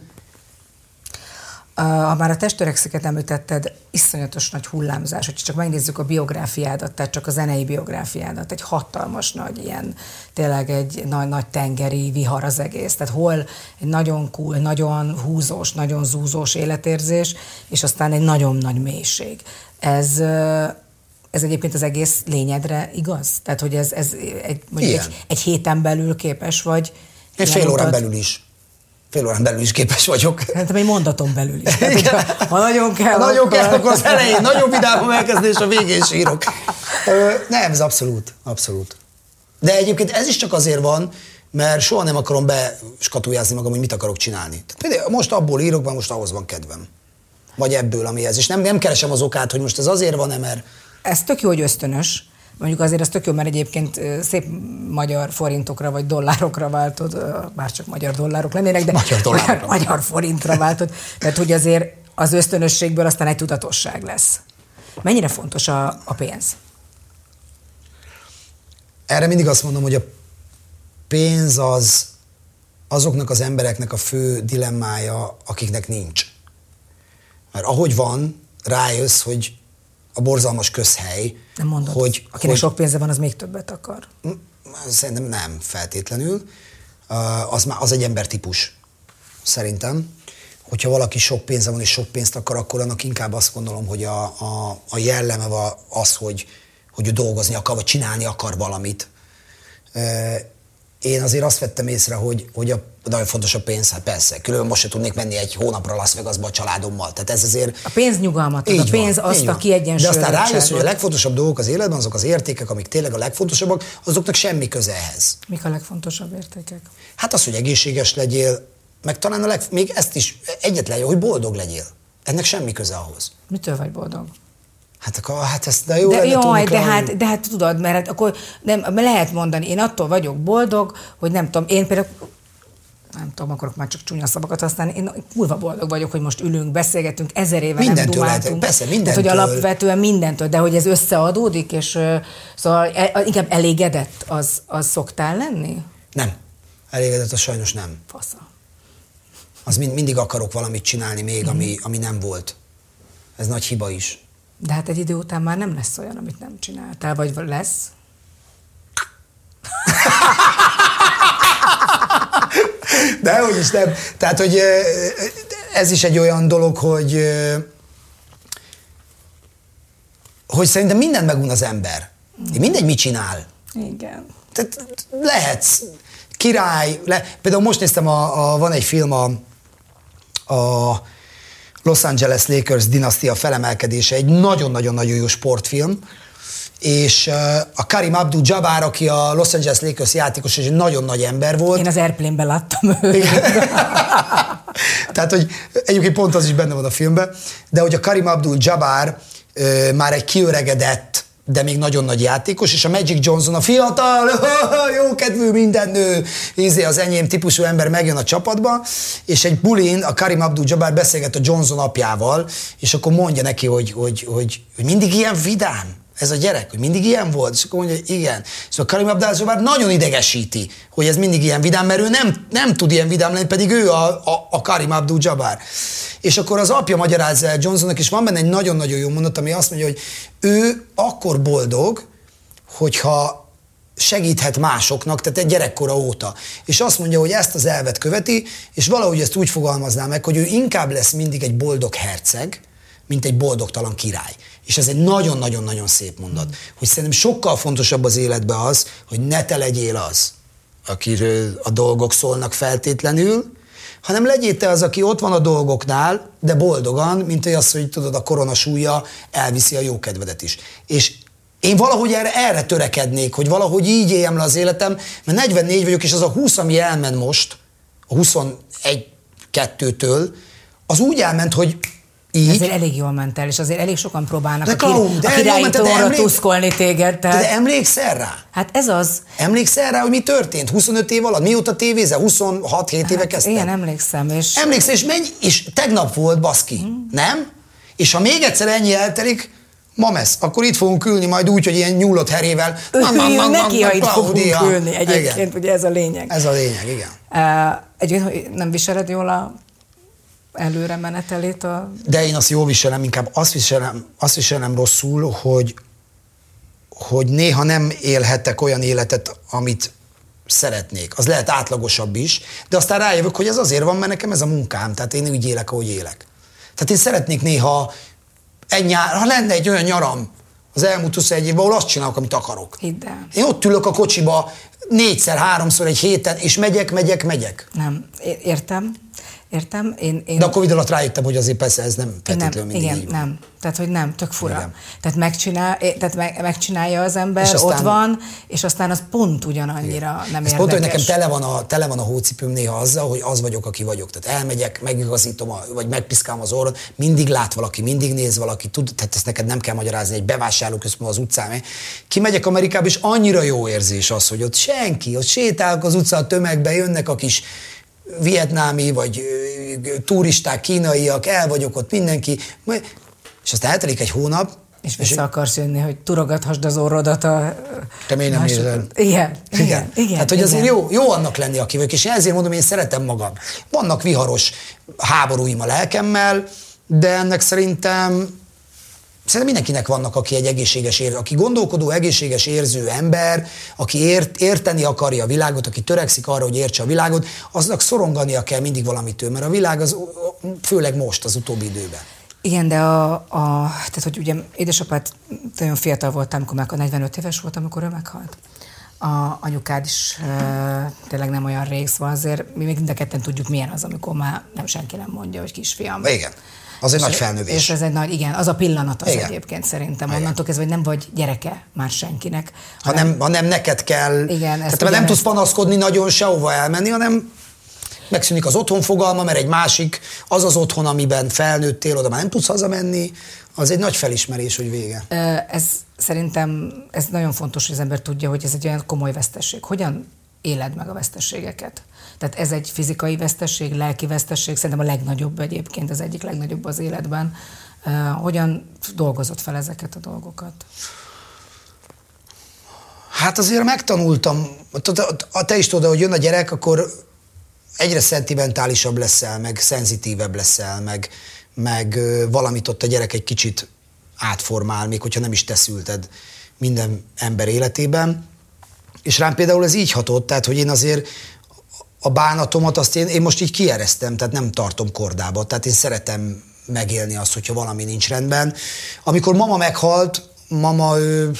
Ha már a Testörekszeket említetted, iszonyatos nagy hullámzás, hogyha csak megnézzük a biográfiádat, tehát csak a zenei biográfiádat, egy hatalmas nagy ilyen, tényleg egy nagy, nagy tengeri vihar az egész. Tehát hol egy nagyon cool, nagyon húzós, nagyon zúzós életérzés, és aztán egy nagyon nagy mélység. Ez, ez egyébként az egész lényedre igaz? Tehát, hogy ez, ez egy, mondjuk egy, egy héten belül képes vagy? Egy fél órán belül is. Fél órán belül is képes vagyok. Szerintem egy mondaton belül is. Tehát, hogyha, ha nagyon kell, ha nagyon akkor... kell, akkor az elején nagyon vidámon elkezdeni, és a végén sírok. Nem, ez abszolút, abszolút. De egyébként ez is csak azért van, mert soha nem akarom beskatujázni magam, hogy mit akarok csinálni. Tehát például most abból írok, mert most ahhoz van kedvem. Vagy ebből, ami ez. És nem, nem keresem az okát, hogy most ez azért van-e, mert... Ez tök jó, hogy ösztönös. Mondjuk azért az tök jó, mert egyébként szép magyar forintokra vagy dollárokra váltod, bár csak magyar dollárok lennének, de magyar, magyar, magyar forintra váltod, mert hogy azért az ösztönösségből aztán egy tudatosság lesz. Mennyire fontos a, a pénz? Erre mindig azt mondom, hogy a pénz az azoknak az embereknek a fő dilemmája, akiknek nincs. Mert ahogy van, rájössz, hogy a borzalmas közhely. Nem mondod, hogy, akinek hogy, sok pénze van, az még többet akar. Szerintem nem feltétlenül. Az, már, az egy embertípus, szerintem. Hogyha valaki sok pénze van és sok pénzt akar, akkor annak inkább azt gondolom, hogy a, a, a jelleme az, hogy, hogy ő dolgozni akar, vagy csinálni akar valamit. Én azért azt vettem észre, hogy, hogy a, nagyon fontos a pénz, hát persze. Különben most se tudnék menni egy hónapra Las Vegasba a családommal. Tehát ez azért... A pénz nyugalmat, a pénz van, azt a kiegyensúlyozottságot. De aztán rájössz, hogy a legfontosabb dolgok az életben, azok az értékek, amik tényleg a legfontosabbak, azoknak semmi köze ehhez. Mik a legfontosabb értékek? Hát az, hogy egészséges legyél, meg talán a leg, még ezt is egyetlen jó, hogy boldog legyél. Ennek semmi köze ahhoz. Mitől vagy boldog? Hát akkor, hát ezt de jó de lenne jaj, tudni, de hát, de hát tudod, mert hát akkor nem, lehet mondani, én attól vagyok boldog, hogy nem tudom, én például nem tudom, akarok már csak csúnya szavakat használni, én kurva boldog vagyok, hogy most ülünk, beszélgetünk, ezer éve mindentől nem dumáltunk. Lehet, persze, mindentől. Tehát, hogy alapvetően mindentől, de hogy ez összeadódik, és szóval inkább elégedett, az, az szoktál lenni? Nem. Elégedett, az sajnos nem. Fasza. Az mind, mindig akarok valamit csinálni még, mm. ami, ami nem volt. Ez nagy hiba is. De hát egy idő után már nem lesz olyan, amit nem csináltál, vagy lesz? Dehogy is nem. Tehát, hogy ez is egy olyan dolog, hogy hogy szerintem mindent megun az ember. Mindegy, mit csinál. Igen. Tehát lehetsz király. Le, például most néztem, a, a, van egy film, a, a Los Angeles Lakers dinasztia felemelkedése, egy nagyon-nagyon-nagyon jó sportfilm, és a Kareem Abdul-Jabbar, aki a Los Angeles Lakers játékos, és egy nagyon nagy ember volt. Én az Airplane-ben láttam őt. Tehát, hogy egyébként pont az is benne van a filmben, de hogy a Kareem Abdul-Jabbar már egy kiöregedett, de még nagyon nagy játékos, és a Magic Johnson, a fiatal, jó kedvű, minden nő, ízé az enyém típusú ember megjön a csapatba, és egy bulin a Kareem Abdul-Jabbar beszélget a Johnson apjával, és akkor mondja neki, hogy, hogy, hogy, hogy mindig ilyen vidám ez a gyerek, hogy mindig ilyen volt, és akkor mondja, hogy igen. Szóval Kareem Abdul-Jabbar nagyon idegesíti, hogy ez mindig ilyen vidám, mert ő nem, nem tud ilyen vidám lenni, pedig ő a, a, a Kareem Abdul-Jabbar. És akkor az apja magyarázza el Johnsonnak, és van benne egy nagyon-nagyon jó mondat, ami azt mondja, hogy ő akkor boldog, hogyha segíthet másoknak, tehát egy gyerekkora óta. És azt mondja, hogy ezt az elvet követi, és valahogy ezt úgy fogalmazná meg, hogy ő inkább lesz mindig egy boldog herceg, mint egy boldogtalan király. És ez egy nagyon-nagyon-nagyon szép mondat, mm. hogy szerintem sokkal fontosabb az életben az, hogy ne te legyél az, akiről a dolgok szólnak feltétlenül, hanem legyél te az, aki ott van a dolgoknál, de boldogan, mint az, hogy tudod, a korona súlya elviszi a jókedvedet is. És én valahogy erre, erre törekednék, hogy valahogy így éljem le az életem, mert negyvennégy vagyok, és az a húsz, ami elment most, a huszonegy-kettőtől, az úgy elment, hogy így. Ezért elég jól ment el, és azért elég sokan próbálnak de a, kir- a királyi tóra tuszkolni téged. Tehát... De emlékszel rá? Hát ez az. Emlékszel rá, hogy mi történt huszonöt év alatt? Mióta tévézel? huszonhat-hét hát éve kezdtem? Igen, emlékszem. És... Emlékszel, és, menj, és tegnap volt, baszki, hmm. nem? És ha még egyszer ennyi eltelik, mamesz, akkor itt fogunk ülni majd úgy, hogy ilyen nyúlott herével. Üljünk neki, ha itt fogunk ülni egyébként, igen. Ugye ez a lényeg. Ez a lényeg, igen. Uh, egyébként nem viseled jól a előre menetelét a... De én azt jól viselem, inkább azt viselem, azt viselem rosszul, hogy, hogy néha nem élhetek olyan életet, amit szeretnék. Az lehet átlagosabb is, de aztán rájövök, hogy ez azért van, mert nekem ez a munkám, tehát én úgy élek, ahogy élek. Tehát én szeretnék néha egy nyár, ha lenne egy olyan nyaram az elmúlt huszonegy évben, ahol azt csinálok, amit akarok. Hidd el. Én ott ülök a kocsiba négyszer, háromszor egy héten, és megyek, megyek, megyek. Nem, értem. Értem? Én, én... De a Covid alatt rájöttem, hogy azért persze ez nem feltétlenül mindig igen, így van. nem. Tehát, hogy nem, tök fura. Igen. Tehát, megcsinál, tehát meg, megcsinálja az ember, aztán, ott van, és aztán az pont ugyanannyira igen. nem ez érdekes. Pont, hogy nekem tele van, a, tele van a hócipőm néha azzal, hogy az vagyok, aki vagyok. Tehát elmegyek, megigazítom, a, vagy megpiszkálom az orrod, mindig lát valaki, mindig néz valaki, tud, tehát ezt neked nem kell magyarázni, egy bevásárlóközpontban az utcán. Kimegyek Amerikába, és annyira jó érzés az, hogy ott senki, ott sétálok az utca a tömegbe, jönnek a kis vietnámi, vagy turisták, kínaiak, el vagyok ott mindenki, és aztán eltelik egy hónap. És vissza és akarsz jönni, hogy turogathasd az orrodat a... Te még nem érzed. Igen, igen, igen. igen hát, hogy igen. azért jó, jó annak lenni, aki vagyok, és ezért mondom, én szeretem magam. Vannak viharos háborúim a lelkemmel, de ennek szerintem Szerintem mindenkinek vannak, aki egy egészséges érző, aki gondolkodó, egészséges érző ember, aki ért, érteni akarja a világot, aki törekszik arra, hogy értse a világot, aznak szorongania kell mindig valamitől, mert a világ az főleg most, az utóbbi időben. Igen, de a, a, tehát, hogy ugye édesapád nagyon fiatal voltam, amikor meg a negyvenöt éves volt, amikor ő meghalt. A anyukád is e, tényleg nem olyan rég, szóval azért mi még mind a ketten tudjuk, milyen az, amikor már nem senki nem mondja, hogy kisfiam. Igen. Az egy nagy felnövés. És ez egy nagy, igen, az a pillanat az igen. egyébként szerintem. Onnantól kezdve, hogy nem vagy gyereke már senkinek. Ha nem, ha nem neked kell, igen, tehát nem tudsz panaszkodni nagyon sehova elmenni, hanem megszűnik az otthon fogalma, mert egy másik, az az otthon, amiben felnőttél, oda már nem tudsz hazamenni, az egy nagy felismerés, hogy vége. Ez szerintem, ez nagyon fontos, hogy az ember tudja, hogy ez egy olyan komoly vesztesség. Hogyan éled meg a vesztességeket? Tehát ez egy fizikai vesztesség, lelki vesztesség, szerintem a legnagyobb egyébként, az egyik legnagyobb az életben. Uh, hogyan dolgozott fel ezeket a dolgokat? Hát azért megtanultam, te is tudod, hogy jön a gyerek, akkor egyre szentimentálisabb leszel, meg szenzitívebb leszel, meg, meg valamit ott a gyerek egy kicsit átformál, még hogyha nem is te szülted minden ember életében. És rám például ez így hatott, tehát hogy én azért a bánatomat azt én, én most így kieresztem, tehát nem tartom kordába, tehát én szeretem megélni azt, hogyha valami nincs rendben. Amikor mama meghalt, mama ő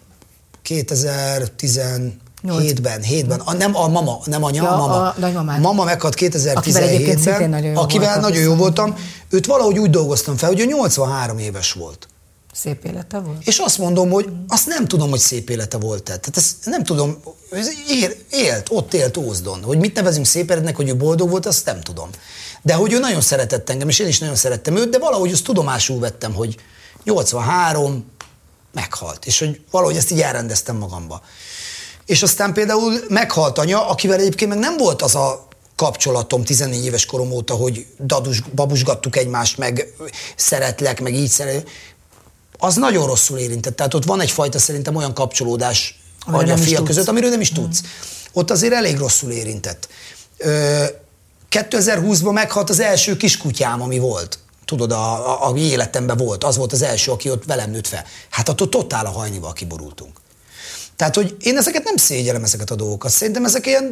kétezer-tizenhétben, hétben, a, nem a mama, nem anya, ja, a mama. A mama meghalt kétezer-tizenhétben, nagyon jó akivel volt, nagyon jó voltam. Őt valahogy úgy dolgoztam fel, hogy ő nyolcvanhárom éves volt. Szép élete volt? És azt mondom, hogy azt nem tudom, hogy szép élete volt. Tehát ezt nem tudom, élt, ott élt Ózdon. Hogy mit nevezünk szép életnek, hogy ő boldog volt, azt nem tudom. De hogy ő nagyon szeretett engem, és én is nagyon szerettem őt, de valahogy azt tudomásul vettem, hogy nyolcvanhárom meghalt, és hogy valahogy ezt így elrendeztem magamba. És aztán például meghalt anya, akivel egyébként meg nem volt az a kapcsolatom tizennégy éves korom óta, hogy dadus, babusgattuk egymást, meg szeretlek, meg így szeretlek. Az nagyon rosszul érintett. Tehát ott van egyfajta szerintem olyan kapcsolódás anya-fia között, amiről nem is tudsz. Hmm. Ott azért elég rosszul érintett. Ö, kétezer-húszban meghalt az első kiskutyám, ami volt. Tudod, a, a, a életemben volt. Az volt az első, aki ott velem nőtt fel. Hát attól totál a hajnival kiborultunk. Tehát, hogy én ezeket nem szégyellem, ezeket a dolgokat. Szerintem ezek ilyen...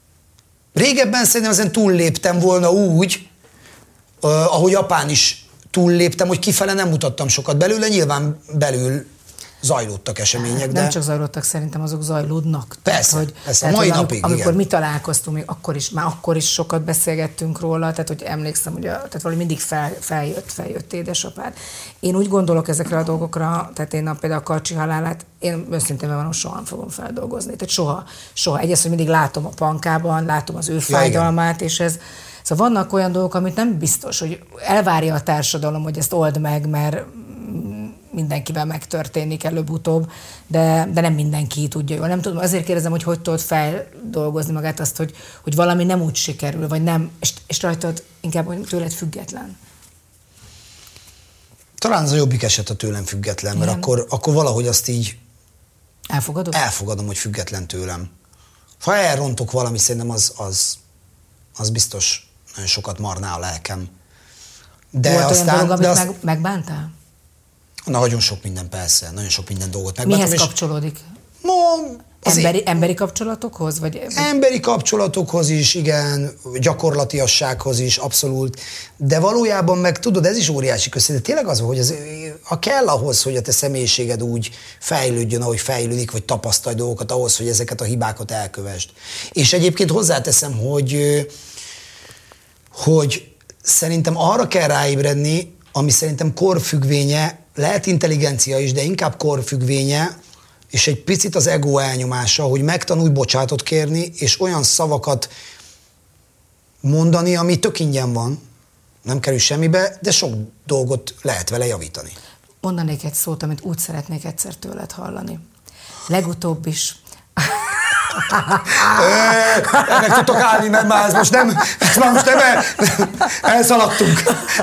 Régebben szerintem ezen túlléptem volna úgy, uh, ahogy apám is túlléptem, hogy kifele nem mutattam sokat belőle, nyilván belül zajlódtak események. Nem de... csak zajlódtak, szerintem azok zajlódnak. Persze, tehát, hogy, persze tehát, a mai hogy napig, amikor igen. mi találkoztunk, még akkor is, már akkor is sokat beszélgettünk róla, tehát hogy emlékszem, hogy a, tehát valahogy mindig fel, feljött, feljött édesapád. Én úgy gondolok ezekre a dolgokra, tehát én a, például a Karcsi halálát, én őszintén van, soha nem fogom feldolgozni. Tehát soha, soha. Egyrészt, hogy mindig látom a pankában, látom az ő ja, fájdalmát, igen. és ez, szóval vannak olyan dolgok, amit nem biztos, hogy elvárja a társadalom, hogy ezt old meg, mert mindenkivel megtörténik előbb-utóbb, de, de nem mindenki tudja jól. Nem tudom, azért kérdezem, hogy hogy tudod feldolgozni magát azt, hogy, hogy valami nem úgy sikerül, vagy nem, és, és rajtad inkább tőled független. Talán az a jobbik eset a tőlem független, mert akkor, akkor valahogy azt így elfogadod? Elfogadom, hogy független tőlem. Ha elrontok valami, szerintem az, az, az biztos nagyon sokat marná a lelkem. De volt aztán, olyan dolog, amit de azt, meg, megbántál? Nagyon sok minden, persze, nagyon sok minden dolgot megbántam. Mihez kapcsolódik? No, emberi, emberi kapcsolatokhoz? Vagy... Emberi kapcsolatokhoz is, igen, gyakorlatiassághoz is, abszolút. De valójában meg tudod, ez is óriási köszön, de tényleg az, hogy az, a kell ahhoz, hogy a te személyiséged úgy fejlődjön, ahogy fejlődik, vagy tapasztalj dolgokat ahhoz, hogy ezeket a hibákat elkövesd. És egyébként hozzáteszem, hogy, hogy szerintem arra kell ráébredni, ami szerintem korfüggvénye, lehet intelligencia is, de inkább korfüggvénye, és egy picit az ego elnyomása, hogy megtanulj bocsátot kérni, és olyan szavakat mondani, ami tök ingyen van, nem kerül semmibe, de sok dolgot lehet vele javítani. Mondanék egy szót, amit úgy szeretnék egyszer tőled hallani. Legutóbb is. Ennek tudtok állni, mert már ez most nem, ez már most nem el, elszaladtunk.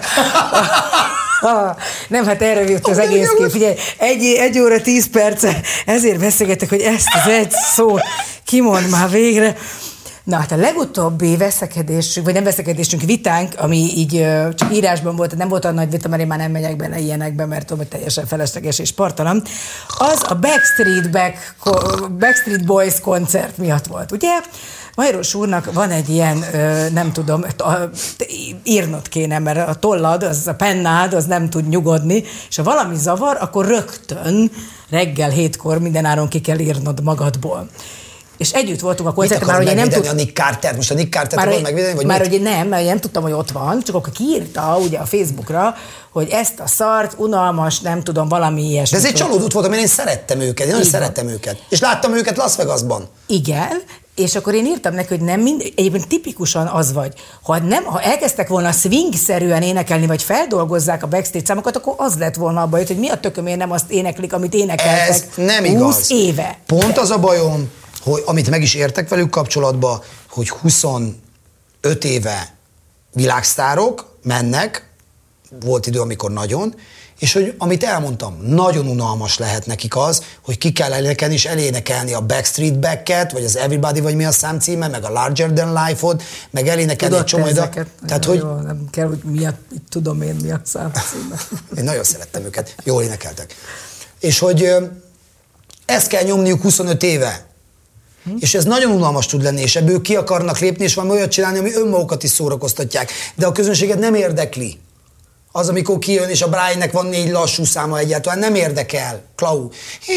Nem, hát erre jött az egész kép. Figyelj, egy, egy óra, tíz perce, ezért beszélgetek, hogy ezt az egy szót kimond már végre. Na, hát a legutóbbi veszekedésünk, vagy nem veszekedésünk, vitánk, ami így csak írásban volt, nem volt olyan nagy vita, mert én már nem megyek bele ilyenekbe, mert tudom, hogy teljesen felesleges és partalan, az a Backstreet, Back, Backstreet Boys koncert miatt volt, ugye? Majros úrnak van egy ilyen, nem tudom, írnod kéne, mert a tollad, az a pennád, az nem tud nyugodni, és ha valami zavar, akkor rögtön reggel hétkor mindenáron ki kell írnod magadból. És együtt voltunk a koncerten, már hogy én nem tudtam... a Nick Carter, most a Nick Carter akarod megvédeni, vagy már mit? hogy nem, mert nem tudtam, hogy ott van, csak akkor kiírta ugye a Facebookra, hogy ezt a szart, unalmas, nem tudom, valami ilyesmi. De ez egy csalódott volt, mert én szerettem őket, én nagyon szerettem őket. És láttam őket Las Vegasban. Igen, és akkor én írtam neki, hogy nem mind, egyébként tipikusan az vagy, ha, nem, ha elkezdtek volna swing-szerűen énekelni, vagy feldolgozzák a Backstreet számokat, akkor az lett volna a baj, hogy mi a tökömért nem azt éneklik, amit énekeltek ez nem igaz. húsz éve. Pont az a bajom, hogy amit meg is értek velük kapcsolatban, hogy huszonöt éve világsztárok mennek, volt idő, amikor nagyon, és hogy amit elmondtam, nagyon unalmas lehet nekik az, hogy ki kell elénekelni, és elénekelni a Backstreet Back-et, vagy az Everybody, vagy mi a számcíme, meg a Larger Than Life-ot, meg elénekelni egy csomó ide. Tehát, hogy... Jó, nem kell, hogy mi a, tudom én, mi a számcíme. Én nagyon szerettem őket, jól énekeltek. És hogy ezt kell nyomniuk huszonöt éve. Hm? És ez nagyon unalmas tud lenni, és ebből ki akarnak lépni, és valami olyat csinálni, ami önmagukat is szórakoztatják. De a közönséget nem érdekli. Az, amikor kijön, és a Briannek van négy lassú száma egyáltalán, nem érdekel. Klau.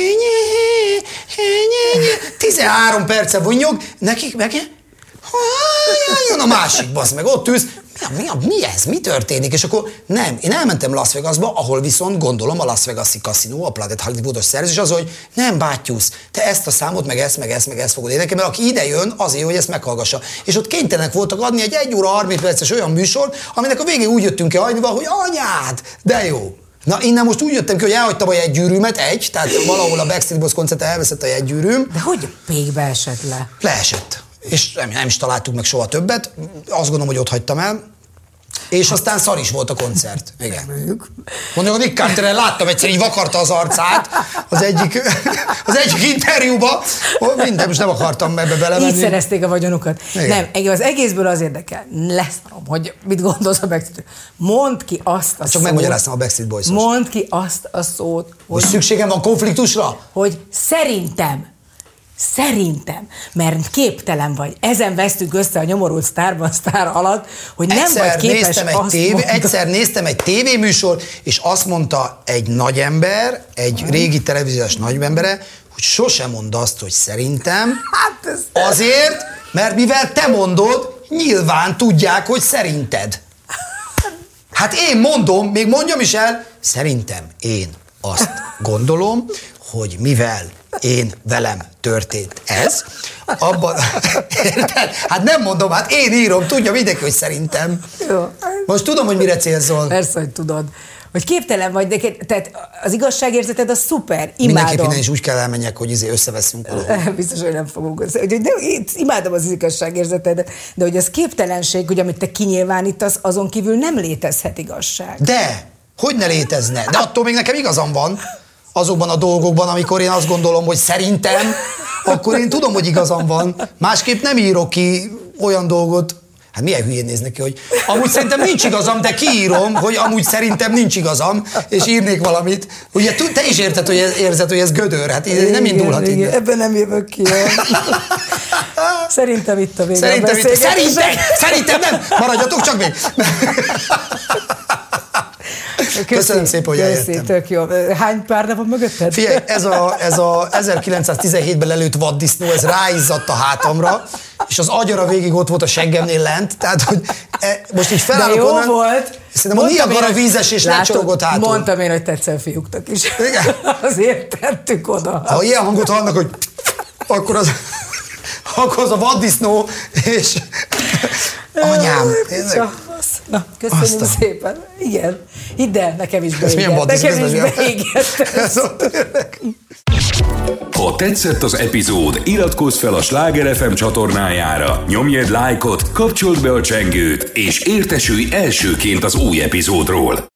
tizenhárom perce vonnyog, nekik meg jön a másik, basz meg, ott ülsz. Mi, mi, mi ez? Mi történik? És akkor nem, én elmentem Las Vegasba, ahol viszont gondolom a Las Vegas-i kaszinó, a Planet Hollywoodos szerzés az, hogy nem, bátyusz, te ezt a számot, meg ezt, meg ezt, meg ezt fogod énekelni, mert aki ide jön, azért, hogy ezt meghallgassa. És ott kénytelenek voltak adni egy egy óra harminc perces olyan műsor, aminek a végén úgy jöttünk ki hajnival, hogy anyád, de jó. Na, innen most úgy jöttem ki, hogy elhagytam a jegygyűrűmet, egy, tehát valahol a Backstreet Boys koncerten elveszett a jegygyűrűm. De hogy pékbe esett le? Leesett. És nem, nem is találtuk meg soha többet. Azt gondolom, hogy ott hagytam el. És hát, aztán szar is volt a koncert. Igen. Mondjuk a Nick Carterrel láttam egyszer, így vakarta az arcát az egyik, az egyik interjúba. Minden, most nem akartam ebbe belemenni. Így szerezték a vagyonukat. Igen. Nem, az egészből az érdekel. Leszarom, hogy mit gondolsz a Backstreet. Mondd ki azt a Csak szót. megmagyaráztam a Backstreet Boys-os. Mondd ki azt a szót. Hogy szükségem van konfliktusra? Hogy szerintem. Szerintem, mert képtelen vagy. Ezen vesztünk össze a nyomorult sztárban sztár alatt, hogy nem egyszer vagy képes néztem egy azt tévé, mondani. Egyszer néztem egy tévéműsor, és azt mondta egy nagyember, egy régi televíziós nagyembere, hogy sosem mond azt, hogy szerintem, Hát ez... azért, mert mivel te mondod, nyilván tudják, hogy szerinted. Hát én mondom, még mondjam is el, szerintem én azt gondolom, hogy mivel én velem történt ez, abban, érted? Hát nem mondom, hát én írom, tudja mindenki, hogy szerintem. Jó. Most tudom, hogy mire célzol. Persze, hogy tudod. Hogy képtelen vagy, de tehát az igazságérzeted az szuper, imádom. Mindenképp innen is úgy kell elmenjek, hogy izé összeveszünk valahol. Biztos, hogy nem fogunk össze. Hogy de, én imádom az igazságérzeted, de hogy az képtelenség, hogy amit te kinyilvánítasz, azon kívül nem létezhet igazság. De, hogy ne létezne? De attól még nekem igazam van azokban a dolgokban, amikor én azt gondolom, hogy szerintem, akkor én tudom, hogy igazam van. Másképp nem írok ki olyan dolgot, hát milyen hülyén néz neki, hogy amúgy szerintem nincs igazam, de kiírom, hogy amúgy szerintem nincs igazam, és írnék valamit. Ugye te is érted, hogy ez, érzed, hogy ez gödör, hát igen, nem indulhat igen, innen. ebben nem jövök ki. Szerintem itt a vége Szerintem, a itt, szerintem, szerintem nem, maradjatok csak még. Köszi, Köszönöm szépen, hogy köszi, eljöttem. Tök jó. Hány pár napon mögötted? Figyelj, ez a, ez a ezerkilencszáztizenhétben lelőtt vaddisznó, ez ráizzadt a hátamra, és az agyara végig ott volt a seggemnél lent, tehát, hogy e, most így felállok De jó onnan, volt. Szerintem a Niagara vízes és lecsorgott hátul. Mondtam én, hogy tetszel fiúknak is. Igen. Azért tettük oda. Ha ilyen hangot hallanak, hogy akkor az, akkor az a vaddisznó, és anyám. Na, köszönjük Aztán. szépen. Igen. Hidd el, nekem is Ez milyen beégett. vaddisznó? Nekem Ez is nem beégett. Ez ott tényleg. Ha tetszett az epizód, iratkozz fel a Sláger ef em csatornájára, nyomj egy lájkot, kapcsold be a csengőt, és értesülj elsőként az új epizódról.